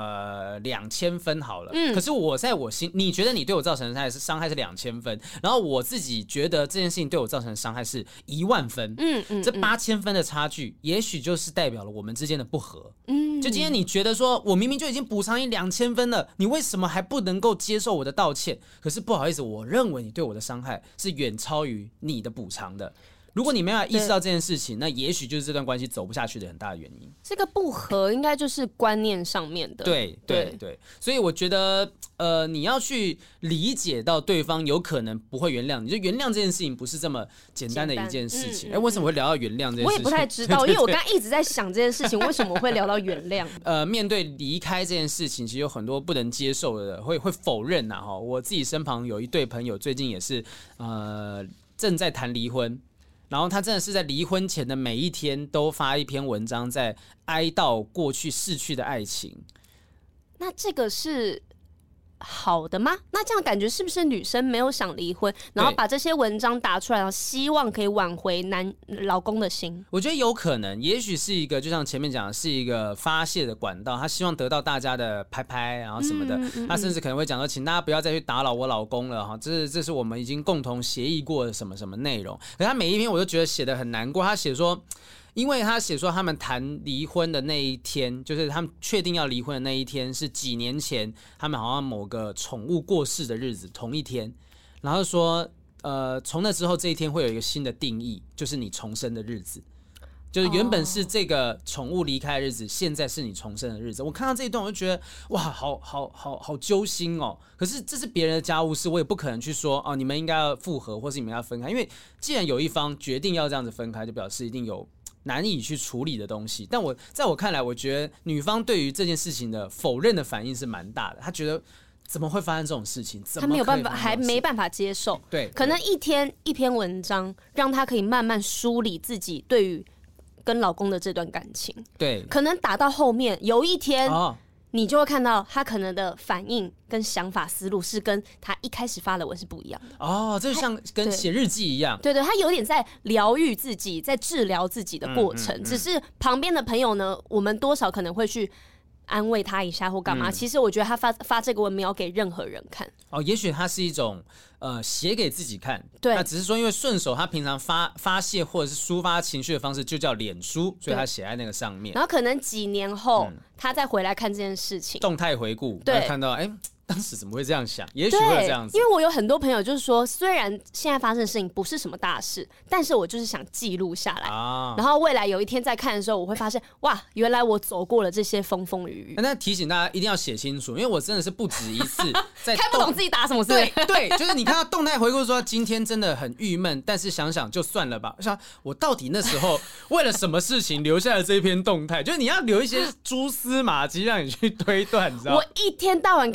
Speaker 2: 2000分好了，可是我在我心，你觉得你对我造成的伤害是2000分，然后我自己觉得这件事情对我造成的伤害是10000分，这8000分的差距，也许就是代表了我们之间的不合。就今天你觉得说我明明就已经补偿你2000分了，你为什么还不能够接受我的道歉？可是不好意思，我认为你对我的伤害是远超于你的补偿的。如果你没办法意识到这件事情，那也许就是这段关系走不下去的很大的原因。
Speaker 3: 这个不合应该就是观念上面的。
Speaker 2: 对，所以我觉得你要去理解到对方有可能不会原谅你，就原谅这件事情不是这么简单的一件事情。为什么会聊到原谅这件事情？
Speaker 3: 我也不太知道，因为我刚刚一直在想这件事情，为什么会聊到原谅？
Speaker 2: 面对离开这件事情，其实有很多不能接受的，会否认呐。我自己身旁有一对朋友，最近也是正在谈离婚。然后他真的是在离婚前的每一天都发一篇文章，在哀悼过去逝去的爱情。
Speaker 3: 那这个是好的吗？那这样感觉是不是女生没有想离婚，然后把这些文章打出来，然后希望可以挽回老公的心？我
Speaker 2: 觉得有可能，也许是一个，就像前面讲的，是一个发泄的管道，他希望得到大家的拍拍，然后什么的。他甚至可能会讲说，请大家不要再去打扰我老公了哈，这是我们已经共同协议过的什么什么内容。可是他每一篇我都觉得写得很难过，他写说。因为他写说他们谈离婚的那一天，就是他们确定要离婚的那一天是几年前，他们好像某个宠物过世的日子同一天，然后说从那之后这一天会有一个新的定义，就是你重生的日子。就是原本是这个宠物离开的日子，现在是你重生的日子。我看到这一段，我就觉得哇，好揪心哦。可是这是别人的家务事，我也不可能去说你们应该要复合，或是你们要分开。因为既然有一方决定要这样子分开，就表示一定有难以去处理的东西。但在我看来，我觉得女方对于这件事让的否认的反应是蛮大的。她觉得怎么会发生这种事情？她
Speaker 3: 没有办法，还没办法接受。
Speaker 2: 对，
Speaker 3: 可能一篇文章，让她可以慢慢梳理自己对于跟老公的这段感情。
Speaker 2: 对，
Speaker 3: 可能打到后面有一天。你就会看到他可能的反应跟想法思路是跟他一开始发的文是不一样的。
Speaker 2: 这就像跟写日记一样。
Speaker 3: 对，他有点在疗愈自己，在治疗自己的过程。只是旁边的朋友呢，我们多少可能会去安慰他一下或干嘛。其实我觉得他发这个文没有给任何人看。
Speaker 2: 也许他是一种写给自己看。
Speaker 3: 对，
Speaker 2: 那只是说因为顺手他平常发泄或者是抒发情绪的方式就叫脸书，所以他写在那个上面。
Speaker 3: 然后可能几年后，他再回来看这件事情，
Speaker 2: 动态回顾，
Speaker 3: 对，
Speaker 2: 看到当时怎么会这样想？也许会这样子。
Speaker 3: 因为我有很多朋友就是说，虽然现在发生的事情不是什么大事，但是我就是想记录下来，然后未来有一天再看的时候，我会发现哇，原来我走过了这些风风雨雨。
Speaker 2: 那提醒大家一定要写清楚，因为我真的是不止一次在
Speaker 3: 看不懂自己打什么字。
Speaker 2: 对，就是你看到动态回顾说今天真的很郁闷，但是想想就算了吧。想我到底那时候为了什么事情留下了这一篇动态？就是你要留一些蛛丝马迹让你去推断，你知道吗？
Speaker 3: 我一天到晚看到我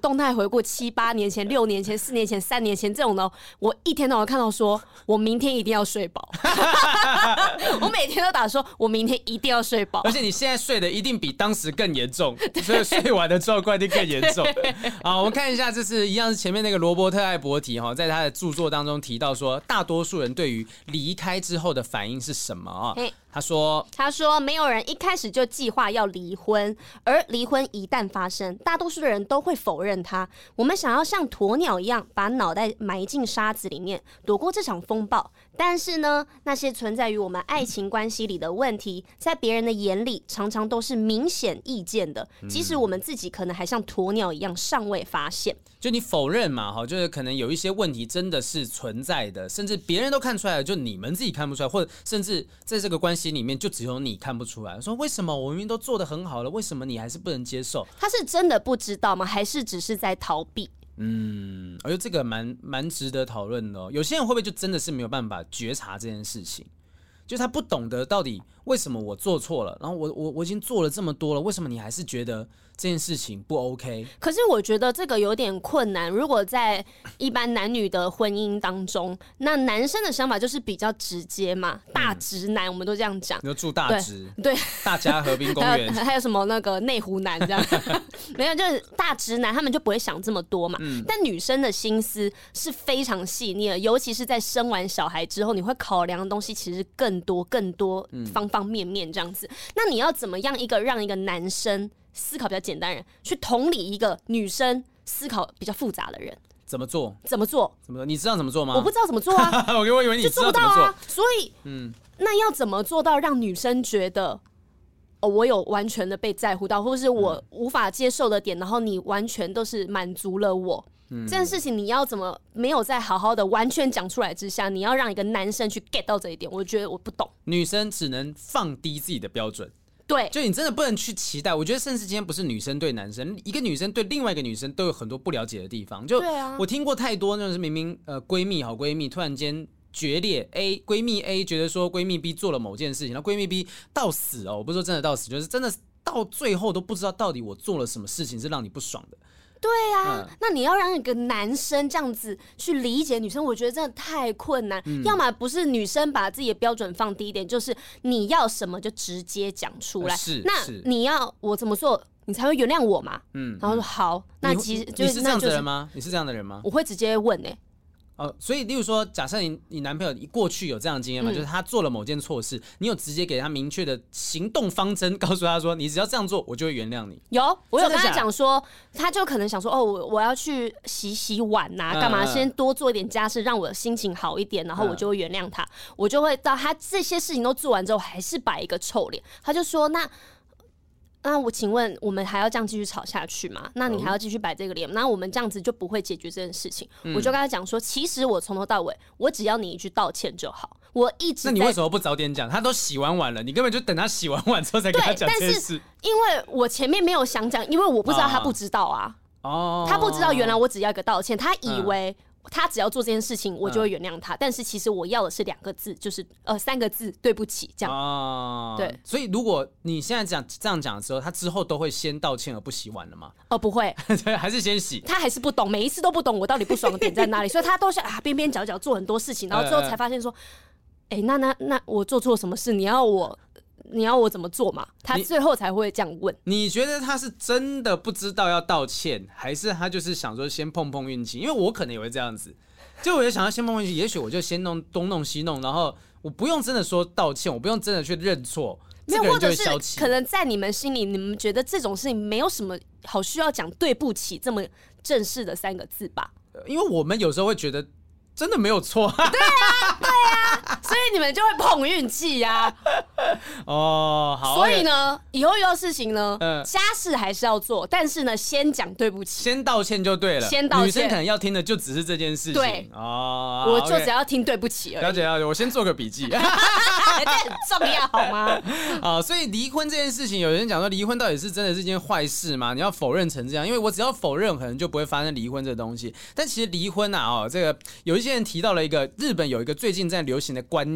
Speaker 3: 动态回顾7、8年前、6年前、4年前、3年前这种的，我一天到晚看到说，我明天一定要睡饱。我每天都打说，我明天一定要睡饱。
Speaker 2: 而且你现在睡的一定比当时更严重，所以睡完的状况一定更严重。好，我们看一下，这是一样是前面那个罗伯特·艾伯提在他的著作当中提到说，大多数人对于离开之后的反应是什么啊？他说
Speaker 3: 没有人一开始就计划要离婚，而离婚一旦发生，大多数的人都会否认它。我们想要像鸵鸟一样把脑袋埋进沙子里面，躲过这场风暴。但是呢，那些存在于我们爱情关系里的问题，在别人的眼里常常都是明显易见的，即使我们自己可能还像鸵鸟一样尚未发现。
Speaker 2: 就你否认嘛，就是可能有一些问题真的是存在的，甚至别人都看出来了，就你们自己看不出来，或者甚至在这个关系里面就只有你看不出来。说为什么我明明都做得很好了，为什么你还是不能接受？
Speaker 3: 他是真的不知道吗？还是只是在逃避？
Speaker 2: 我觉得这个蛮值得讨论的。有些人会不会就真的是没有办法觉察这件事情？就他不懂得到底为什么我做错了，然后我已经做了这么多了，为什么你还是觉得这件事情不 OK？
Speaker 3: 可是我觉得这个有点困难。如果在一般男女的婚姻当中，那男生的想法就是比较直接嘛，大直男，我们都这样讲。
Speaker 2: 你就住大直，
Speaker 3: 对，
Speaker 2: 大家河滨公园，
Speaker 3: 还有什么那个内湖男这样，没有，就是大直男，他们就不会想这么多嘛。但女生的心思是非常细腻的，尤其是在生完小孩之后，你会考量的东西其实更多方方面面这样子。那你要怎么样让一个男生思考比较简单的人去同理一个女生思考比较复杂的人？怎么做？
Speaker 2: 你知道怎么做吗？
Speaker 3: 我不知道怎么做啊。
Speaker 2: 我以为你知道怎么做，
Speaker 3: 就做不到啊。所以，那要怎么做到让女生觉得我有完全的被在乎到，或是我无法接受的点，然后你完全都是满足了我？这件事情你要怎么没有在好好的完全讲出来之下，你要让一个男生去 get 到这一点？我觉得我不懂。
Speaker 2: 女生只能放低自己的标准。
Speaker 3: 对，
Speaker 2: 就你真的不能去期待。我觉得甚至今天不是女生对男生，一个女生对另外一个女生都有很多不了解的地方。就我听过太多，就是明明闺蜜好闺蜜突然间决裂 ，A 闺蜜 A 觉得说闺蜜 B 做了某件事情，然后闺蜜 B 到死我不是说真的到死，就是真的到最后都不知道到底我做了什么事情是让你不爽的。
Speaker 3: 对啊，那你要让一个男生这样子去理解女生，我觉得真的太困难。要么不是女生把自己的标准放低一点，就是你要什么就直接讲出来。那你要我怎么做，你才会原谅我嘛？然后说好，那其实
Speaker 2: 你是这样的人吗？你是这样的人吗？
Speaker 3: 我会直接问
Speaker 2: 所以例如说，假设你男朋友过去有这样的经验嘛，就是他做了某件错事，你有直接给他明确的行动方针，告诉他说，你只要这样做，我就会原谅你。
Speaker 3: 我有跟他讲说，他就可能想说，我要去洗碗干嘛，先多做一点家事，让我的心情好一点，然后我就会原谅他。我就会到他这些事情都做完之后，还是摆一个臭脸，他就说那我请问，我们还要这样继续吵下去吗？那你还要继续摆这个脸？那我们这样子就不会解决这件事情。我就跟他讲说，其实我从头到尾，我只要你一句道歉就好。我一直
Speaker 2: 那你为什么不早点讲？他都洗完碗了，你根本就等他洗完碗之后才跟他讲这件事。
Speaker 3: 但是因为我前面没有想讲，因为我不知道他不知道啊。他不知道原来我只要一个道歉，他以为他只要做这件事情，我就会原谅他。但是其实我要的是2个字，就是3个字，对不起，这样。对，
Speaker 2: 所以如果你现在这样讲的时候，他之后都会先道歉而不洗碗了吗？
Speaker 3: 不会，
Speaker 2: 还是先洗。
Speaker 3: 他还是不懂，每一次都不懂我到底不爽的点在哪里，所以他都是边边角角做很多事情，然后最后才发现说，那我做错什么事？你要我怎么做嘛？他最后才会这样问。
Speaker 2: 你觉得他是真的不知道要道歉，还是他就是想说先碰碰运气？因为我可能也会这样子，就我也想要先碰碰运气，也许我就先弄东弄西弄，然后我不用真的说道歉，我不用真的去认错，
Speaker 3: 没有，或者是可能在你们心里，你们觉得这种事情没有什么好需要讲对不起这么正式的3个字吧？
Speaker 2: 因为我们有时候会觉得真的没有错。
Speaker 3: 对啊，所以你们就会碰运气呀。
Speaker 2: 好。
Speaker 3: 所以呢，以后遇到事情呢，家事还是要做，但是呢，先讲对不起，
Speaker 2: 先道歉就对了。
Speaker 3: 先道歉，
Speaker 2: 女生可能要听的就只是这件事情。
Speaker 3: 对，我就只要听对不起而已。
Speaker 2: 了解，我先做个笔记。
Speaker 3: 这很重要好吗？
Speaker 2: 所以离婚这件事情，有人讲说离婚到底是真的是件坏事吗？你要否认成这样，因为我只要否认，可能就不会发生离婚这个东西。但其实离婚这个有一些人提到了日本有一个最近在流行的观念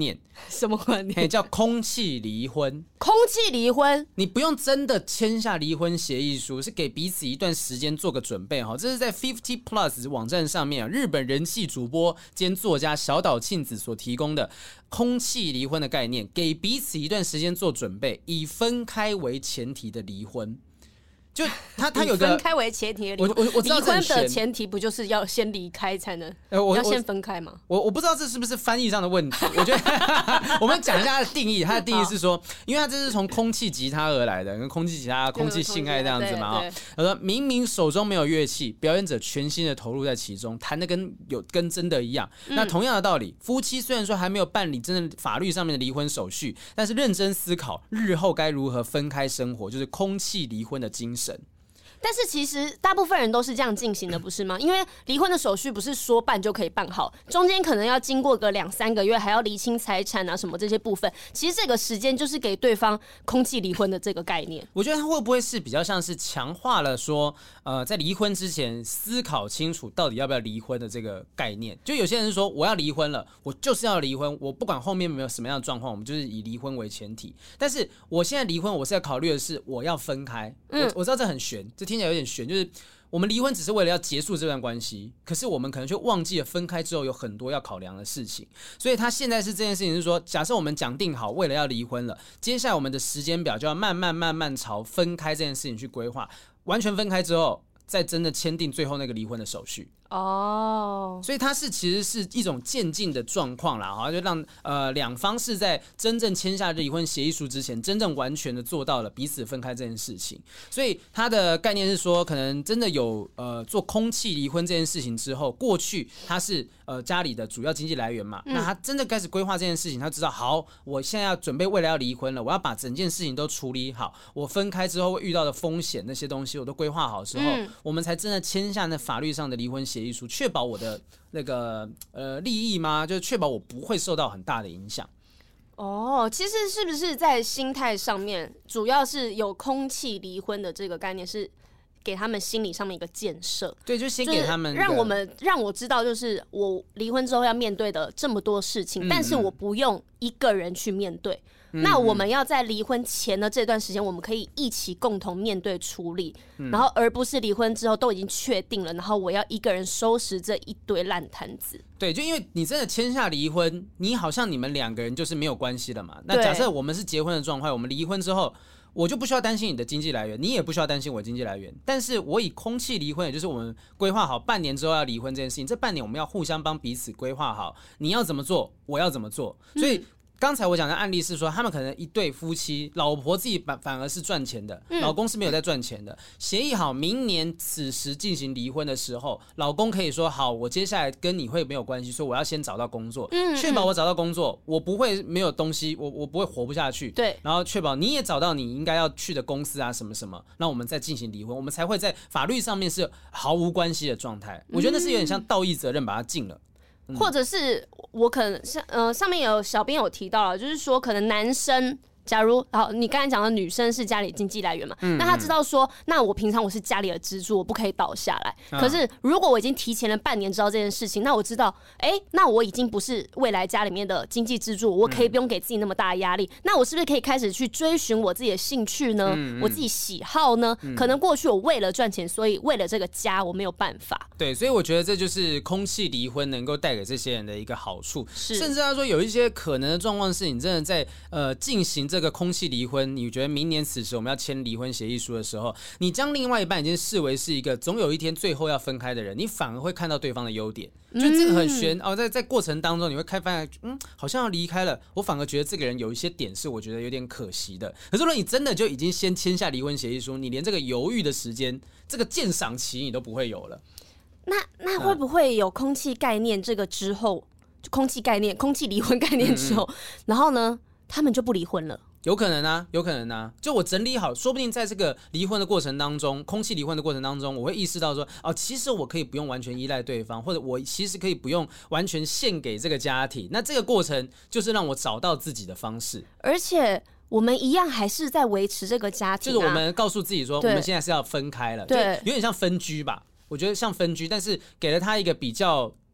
Speaker 2: 念，
Speaker 3: 什么观念？
Speaker 2: 叫空气离婚。
Speaker 3: 空气离婚，
Speaker 2: 你不用真的签下离婚协议书，是给彼此一段时间做个准备哈。这是在 50 Plus 网站上面日本人气主播兼作家小岛庆子所提供的空气离婚的概念，给彼此一段时间做准备，以分开为前提的离婚。就他有个
Speaker 3: 分开为前提的离婚，
Speaker 2: 我知道
Speaker 3: 离婚的前提不就是要先离开才能，要先分开吗？
Speaker 2: 我不知道这是不是翻译上的问题。我觉得我们讲一下它的定义。它的定义是说，因为它这是从空气吉他而来的，跟空气吉他、空气性爱这样子嘛。他说明明手中没有乐器，表演者全心的投入在其中，弹的跟真的一样。那同样的道理，夫妻虽然说还没有办理真的法律上面的离婚手续，但是认真思考日后该如何分开生活，就是空气离婚的精神。
Speaker 3: 但是其实大部分人都是这样进行的，不是吗？因为离婚的手续不是说办就可以办好，中间可能要经过个2-3个月，还要厘清财产啊什么这些部分。其实这个时间就是给对方空气离婚的这个概念。
Speaker 2: 我觉得他会不会是比较像是强化了说，在离婚之前思考清楚到底要不要离婚的这个概念。就有些人是说我要离婚了，我就是要离婚，我不管后面有没有什么样的状况，我们就是以离婚为前提。但是我现在离婚，我是要考虑的是我要分开。我知道这很悬，这听起来有点悬，就是我们离婚只是为了要结束这段关系，可是我们可能就忘记了分开之后有很多要考量的事情。所以他现在是这件事情是说，假设我们讲定好为了要离婚了，接下来我们的时间表就要慢慢朝分开这件事情去规划，完全分开之后再真的签订最后那个离婚的手续。所以它其实是一种渐进的状况啦，就让两方是在真正签下离婚协议书之前，真正完全的做到了彼此分开这件事情。所以它的概念是说，可能真的有做空气离婚这件事情之后，过去他是家里的主要经济来源嘛，那他真的开始规划这件事情，他知道好，我现在要准备为了要离婚了，我要把整件事情都处理好，我分开之后会遇到的风险那些东西我都规划好之后，我们才真的签下那法律上的离婚协议书，确保我的那个利益吗？就是确保我不会受到很大的影响。
Speaker 3: 其实是不是在心态上面，主要是有空气离婚的这个概念是给他们心理上面一个建设？
Speaker 2: 对，就先给他们
Speaker 3: 让我知道，就是我离婚之后要面对的这么多事情，但是我不用一个人去面对。那我们要在离婚前的这段时间，我们可以一起共同面对处理，然后而不是离婚之后都已经确定了，然后我要一个人收拾这一堆烂摊子。
Speaker 2: 对，就因为你真的签下离婚，你好像你们两个人就是没有关系了嘛。那假设我们是结婚的状态，我们离婚之后，我就不需要担心你的经济来源，你也不需要担心我的经济来源。但是我以空气离婚，也就是我们规划好半年之后要离婚这件事情，这半年我们要互相帮彼此规划好，你要怎么做，我要怎么做。所以刚才我讲的案例是说，他们可能一对夫妻，老婆自己反而是赚钱的，老公是没有在赚钱的。协议好，明年此时进行离婚的时候，老公可以说好，我接下来跟你会没有关系，所以我要先找到工作，确保我找到工作，我不会没有东西，我不会活不下去。
Speaker 3: 对，
Speaker 2: 然后确保你也找到你应该要去的公司啊，什么什么，那我们再进行离婚，我们才会在法律上面是毫无关系的状态。我觉得那是有点像道义责任把它尽了。
Speaker 3: 或者是我可能上面有小编有提到了，就是说可能男生假如你刚才讲的女生是家里经济来源嘛，那他知道说，那我平常我是家里的支柱，我不可以倒下来。可是如果我已经提前了半年知道这件事情，那我知道，那我已经不是未来家里面的经济支柱，我可以不用给自己那么大的压力。那我是不是可以开始去追寻我自己的兴趣呢？我自己喜好呢？可能过去我为了赚钱，所以为了这个家我没有办法。
Speaker 2: 对，所以我觉得这就是空气离婚能够带给这些人的一个好处。甚至他说有一些可能的状况是，你真的在进行这个空气离婚，你觉得明年此时我们要签离婚协议书的时候，你将另外一半已经视为是一个总有一天最后要分开的人，你反而会看到对方的优点，就这个很悬在过程当中你会发现好像要离开了，我反而觉得这个人有一些点是我觉得有点可惜的。可是如果你真的就已经先签下离婚协议书，你连这个犹豫的时间，这个鉴赏期你都不会有了。
Speaker 3: 那会不会有空气概念这个之后，空气离婚概念之后，然后呢他们就不离婚了？
Speaker 2: 有可能啊，就我整理好，说不定在这个离婚的过程当中，空气离婚的过程当中，我会意识到说，其实我可以不用完全依赖对方，或者我其实可以不用完全献给这个家庭。那这个过程就是让我找到自己的方式，
Speaker 3: 而且我们一样还是在维持这个家庭，
Speaker 2: 就是我们告诉自己说，我们现在是要分开了，对，有点像分居吧。我觉得像分居，但是给了他一个比较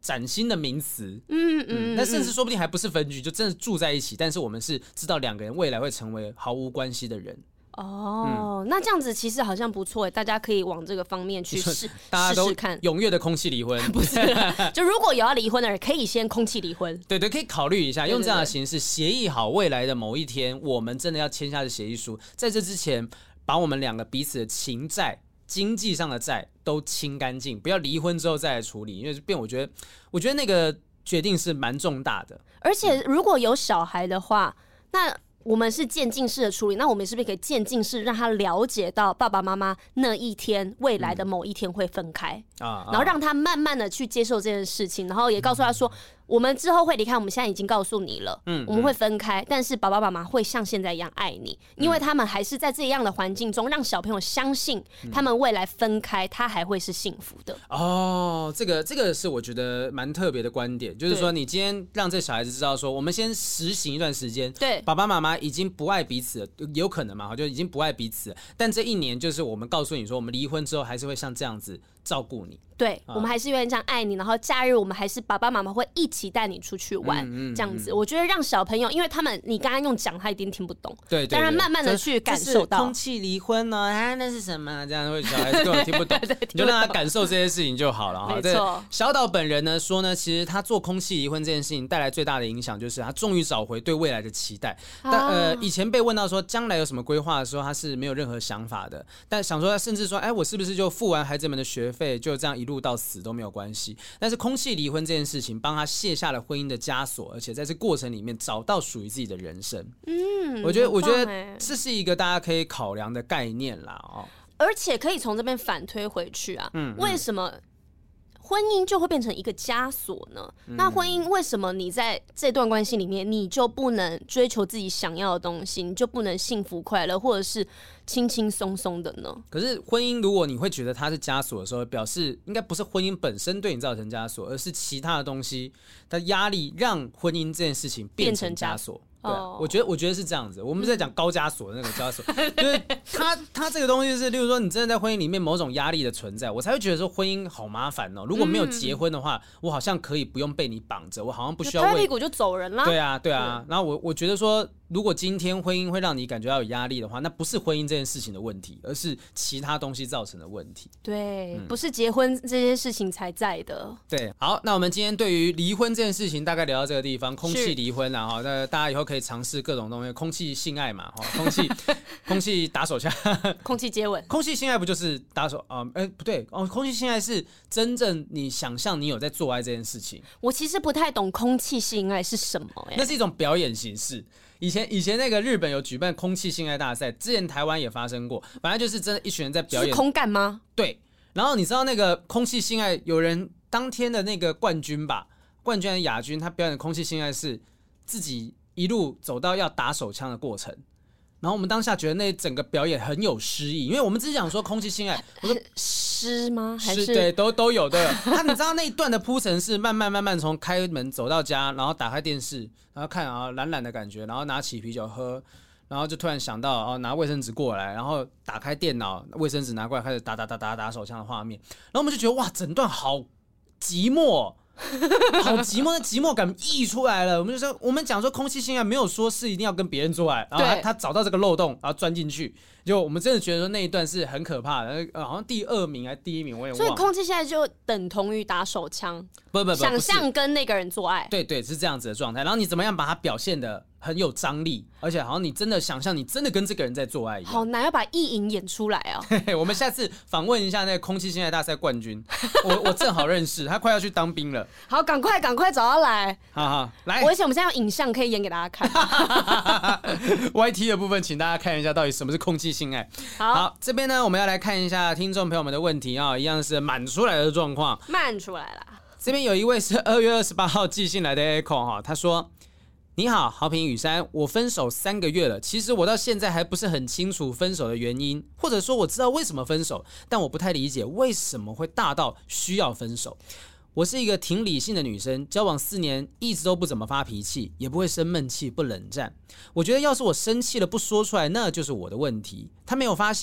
Speaker 2: 崭新的名词。那甚至说不定还不是分居，就真的住在一起，但是我们是知道两个人未来会成为毫无关系的人。
Speaker 3: 那这样子其实好像不错，大家可以往这个方面去试
Speaker 2: 大家都
Speaker 3: 试看。
Speaker 2: 踊跃的空气离婚，
Speaker 3: 不是就如果有要离婚的人，可以先空气离婚。
Speaker 2: 对，可以考虑一下，用这样的形式协议好未来的某一天，我们真的要签下的协议书，在这之前，把我们两个彼此的情债、经济上的债都清干净，不要离婚之后再来处理，因为我觉得那个决定是蛮重大的。
Speaker 3: 而且如果有小孩的话，那我们是渐进式的处理，那我们是不是可以渐进式让他了解到爸爸妈妈那一天未来的某一天会分开，然后让他慢慢的去接受这件事情，然后也告诉他说，我们之后会离开，我们现在已经告诉你了，我们会分开，但是爸爸妈妈会像现在一样爱你，因为他们还是在这样的环境中，让小朋友相信他们未来分开，他还会是幸福的。
Speaker 2: 这个是我觉得蛮特别的观点，就是说你今天让这小孩子知道说，我们先实行一段时间，对，爸爸妈妈已经不爱彼此了，有可能嘛，就已经不爱彼此了，但这一年就是我们告诉你说，我们离婚之后还是会像这样子照顾你。
Speaker 3: 对，我们还是愿意这样爱你，然后假日我们还是爸爸妈妈会一起带你出去玩，这样子。我觉得让小朋友，因为你刚刚用讲，他一定听不懂，对，当然慢慢的去感受到。
Speaker 2: 空气离婚呢，那是什么？这样会小孩子根本听不懂，你就让他感受这些事情就好了。
Speaker 3: 没错。
Speaker 2: 小岛本人呢说呢，其实他做空气离婚这件事情带来最大的影响，就是他终于找回对未来的期待。但以前被问到说将来有什么规划的时候，他是没有任何想法的。但想说，甚至说，我是不是就付完孩子们的学费，就这样一路到死都没有关系？但是空气离婚这件事情，帮他卸下了婚姻的枷锁，而且在这过程里面找到属于自己的人生。我觉得这是一个大家可以考量的概念啦。
Speaker 3: 而且可以从这边反推回去啊，为什么婚姻就会变成一个枷锁呢？那婚姻为什么你在这段关系里面，你就不能追求自己想要的东西，你就不能幸福快乐，或者是轻轻松松的呢？
Speaker 2: 可是婚姻，如果你会觉得它是枷锁的时候，表示应该不是婚姻本身对你造成枷锁，而是其他的东西的压力让婚姻这件事情变成枷锁。对，我觉得是这样子。我们在讲高枷锁的那个枷锁，就是它这个东西是，例如说你真的在婚姻里面某种压力的存在，我才会觉得说婚姻好麻烦哦。如果没有结婚的话，我好像可以不用被你绑着，我好像不需要
Speaker 3: 拍屁股就走人啦。
Speaker 2: 对啊。然后我觉得说，如果今天婚姻会让你感觉到有压力的话，那不是婚姻这件事情的问题，而是其他东西造成的问题。
Speaker 3: 对，不是结婚这件事情才在的。
Speaker 2: 对，好，那我们今天对于离婚这件事情大概聊到这个地方，空气离婚啦，那大家以后可以尝试各种东西，空气性爱嘛，空气打手枪，
Speaker 3: 空气接吻，
Speaker 2: 空气性爱不就是打手不对空气性爱是真正你想象你有在做爱这件事情。
Speaker 3: 我其实不太懂空气性爱是什么
Speaker 2: 那是一种表演形式。以前那个日本有举办空气性爱大赛，之前台湾也发生过，反正就是真的一群人在表演。
Speaker 3: 是空干吗？
Speaker 2: 对。然后你知道那个空气性爱，有人当天的那个冠军吧，冠军还是亚军，他表演的空气性爱是自己一路走到要打手枪的过程。然后我们当下觉得那整个表演很有诗意，因为我们只是讲说空气性爱，我说
Speaker 3: 诗吗？还是
Speaker 2: 对，都有的。你知道那一段的铺陈是慢慢从开门走到家，然后打开电视，然后看懒懒的感觉，然后拿起啤酒喝，然后就突然想到拿卫生纸过来，然后打开电脑，卫生纸拿过来开始打手枪的画面，然后我们就觉得哇，整段好寂寞。好寂寞，那寂寞感溢出来了。我们讲说空气性爱没有说是一定要跟别人做爱，然后他找到这个漏洞，然后钻进去。就我们真的觉得说那一段是很可怕的，好像第2名还是第1名，我也忘了。
Speaker 3: 所以空气性爱就等同于打手枪，不，想象跟那个人做爱。
Speaker 2: 对，是这样子的状态。然后你怎么样把它表现得很有张力，而且好像你真的想象你真的跟这个人在做爱一样。
Speaker 3: 好难要把意淫演出来
Speaker 2: 我们下次访问一下那个空气性爱大赛冠军，我正好认识他，快要去当兵了。
Speaker 3: 好，赶快找他来。
Speaker 2: 好，来。
Speaker 3: 而且我们现在有影像可以演给大家看。
Speaker 2: YT 的部分，请大家看一下到底什么是空气性爱。好，这边呢，我们要来看一下听众朋友们的问题一样是满出来的状况。
Speaker 3: 满出来了。
Speaker 2: 这边有一位是2月28号寄信来的 Echo 他说：“你好，豪平雨山，我分手3个月了，其实我到现在还不是很清楚分手的原因，或者说我知道为什么分手，但我不太理解为什么会大到需要分手。我是一个挺理性的女生，交往4年一直都不怎么发脾气，也不会生闷气，不冷战。我觉得要是我生气了不说出来，那就是我的问题。他没有发现，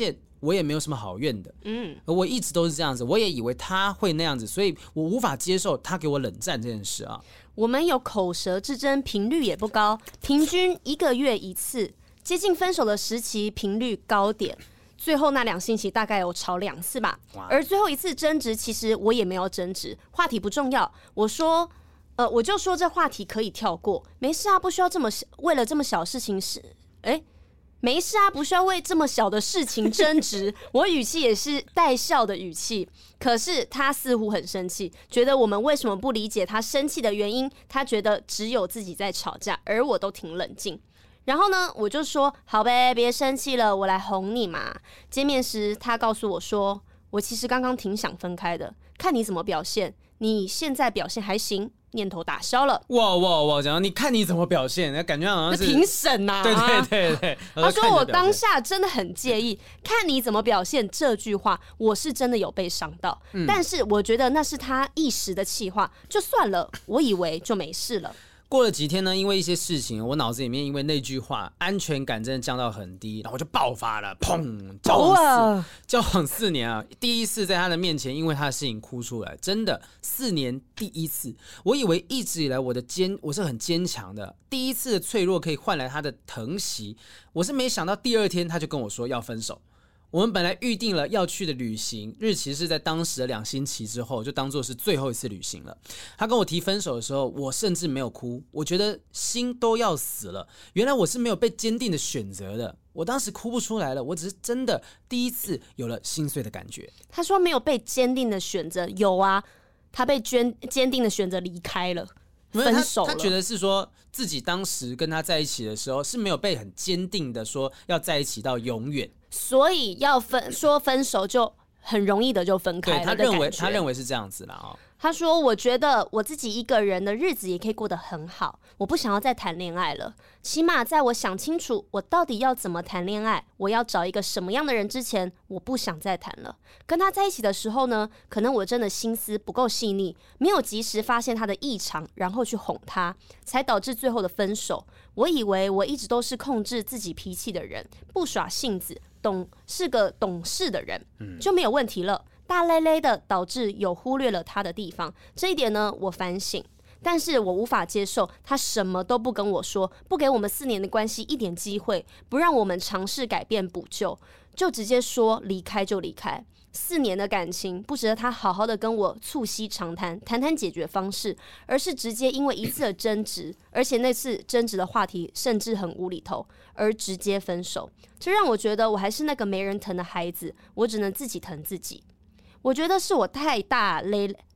Speaker 2: 我也没有什么好怨的。我一直都是这样子，我也以为他会那样子，所以我无法接受他给我冷战这件事啊。
Speaker 3: 我们有口舌之争，频率也不高，平均1个月1次，接近分手的时期频率高点。最后那2星期大概有吵2次吧，而最后1次争执，其实我也没有争执，话题不重要。我就说这话题可以跳过，没事啊，不需要为了这么小事情没事啊，不需要为这么小的事情争执。我语气也是带笑的语气，可是他似乎很生气，觉得我们为什么不理解他生气的原因？他觉得只有自己在吵架，而我都挺冷静。然后呢，我就说好呗，别生气了，我来哄你嘛。见面时，他告诉我说，我其实刚刚挺想分开的，看你怎么表现。你现在表现还行，念头打消了。
Speaker 2: 哇！讲你看你怎么表现，感觉好像是
Speaker 3: 评审呐。
Speaker 2: 对。
Speaker 3: 他说我当下真的很介意，看你怎么表现这句话，我是真的有被伤到。但是我觉得那是他一时的气话，就算了，我以为就没事了。
Speaker 2: 过了几天呢，因为一些事情，我脑子里面因为那句话安全感真的降到很低，然后我就爆发了，砰！交往4年啊，第一次在他的面前因为他的事情哭出来，真的4年第一次。我以为一直以来我是很坚强的，第一次的脆弱可以换来他的疼惜，我是没想到第2天他就跟我说要分手。我们本来预定了要去的旅行日期是在当时的2星期之后，就当作是最后一次旅行了。他跟我提分手的时候，我甚至没有哭，我觉得心都要死了。原来我是没有被坚定的选择的，我当时哭不出来了，我只是真的第一次有了心碎的感觉。
Speaker 3: 他说没有被坚定的选择，有啊，他被坚定的选择离开了。分手了。
Speaker 2: 他觉得是说自己当时跟他在一起的时候是没有被很坚定的说要在一起到永远，
Speaker 3: 所以要说分手就很容易的就分开了的感觉。
Speaker 2: 对，他认为是这样子啦。
Speaker 3: 他说我觉得我自己一个人的日子也可以过得很好，我不想要再谈恋爱了，起码在我想清楚我到底要怎么谈恋爱，我要找一个什么样的人之前，我不想再谈了。跟他在一起的时候呢，可能我真的心思不够细腻，没有及时发现他的异常，然后去哄他，才导致最后的分手。我以为我一直都是控制自己脾气的人，不耍性子，是个懂事的人，就没有问题了。大咧咧的导致有忽略了他的地方，这一点呢我反省，但是我无法接受他什么都不跟我说，不给我们4年的关系一点机会，不让我们尝试改变补救，就直接说离开就离开。4年的感情不值得他好好的跟我促膝长谈，谈谈解决方式，而是直接因为一次的争执，而且那次争执的话题甚至很无厘头，而直接分手。这让我觉得我还是那个没人疼的孩子，我只能自己疼自己。我觉得是我太大咧咧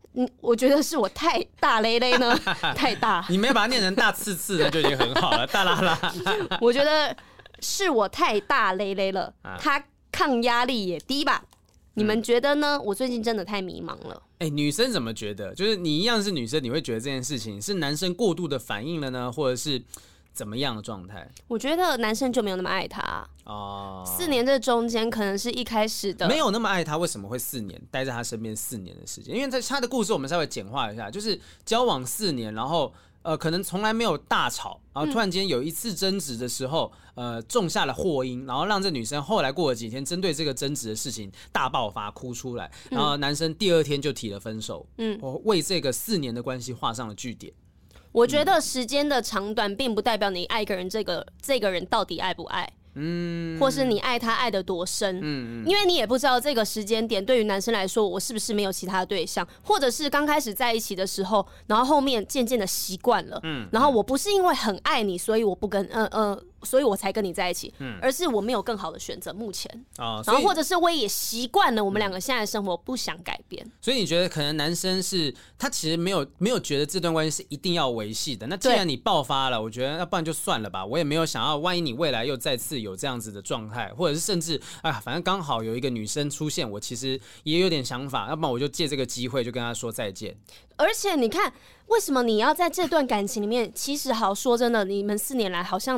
Speaker 3: 呢，太大。
Speaker 2: 你没有把它念成大刺刺的就已经很好了，大啦啦。
Speaker 3: 我觉得是我太大咧咧了，他抗压力也低吧。你们觉得呢？我最近真的太迷茫了。
Speaker 2: 女生怎么觉得？就是你一样是女生，你会觉得这件事情是男生过度的反应了呢，或者是怎么样的状态？我
Speaker 3: 觉得男生就没有那么爱他哦。4年这中间可能是一开始的
Speaker 2: 没有那么爱他，为什么会4年待在他身边4年的时间？因为在他的故事我们稍微简化一下，就是交往4年，然后可能从来没有大吵，然后突然间有一次争执的时候，种下了祸因，然后让这女生后来过了几天，针对这个争执的事情大爆发，哭出来，然后男生第2天就提了分手，为这个4年的关系画上了句点。
Speaker 3: 我觉得时间的长短并不代表你爱一个人这个人到底爱不爱。或是你爱他爱得多深，因为你也不知道这个时间点对于男生来说，我是不是没有其他的对象，或者是刚开始在一起的时候，然后后面渐渐的习惯了，然后我不是因为很爱你，所以我不跟所以我才跟你在一起，而是我没有更好的选择目前，然后或者是我也习惯了我们2个现在的生活，不想改变。
Speaker 2: 所以你觉得可能男生是他其实没有觉得这段关系是一定要维系的，那既然你爆发了，我觉得那不然就算了吧，我也没有想要万一你未来又再次有这样子的状态，或者是甚至反正刚好有一个女生出现，我其实也有点想法，要不然我就借这个机会就跟她说再见。
Speaker 3: 而且你看，为什么你要在这段感情里面？其实好说真的，你们4年来好像中间没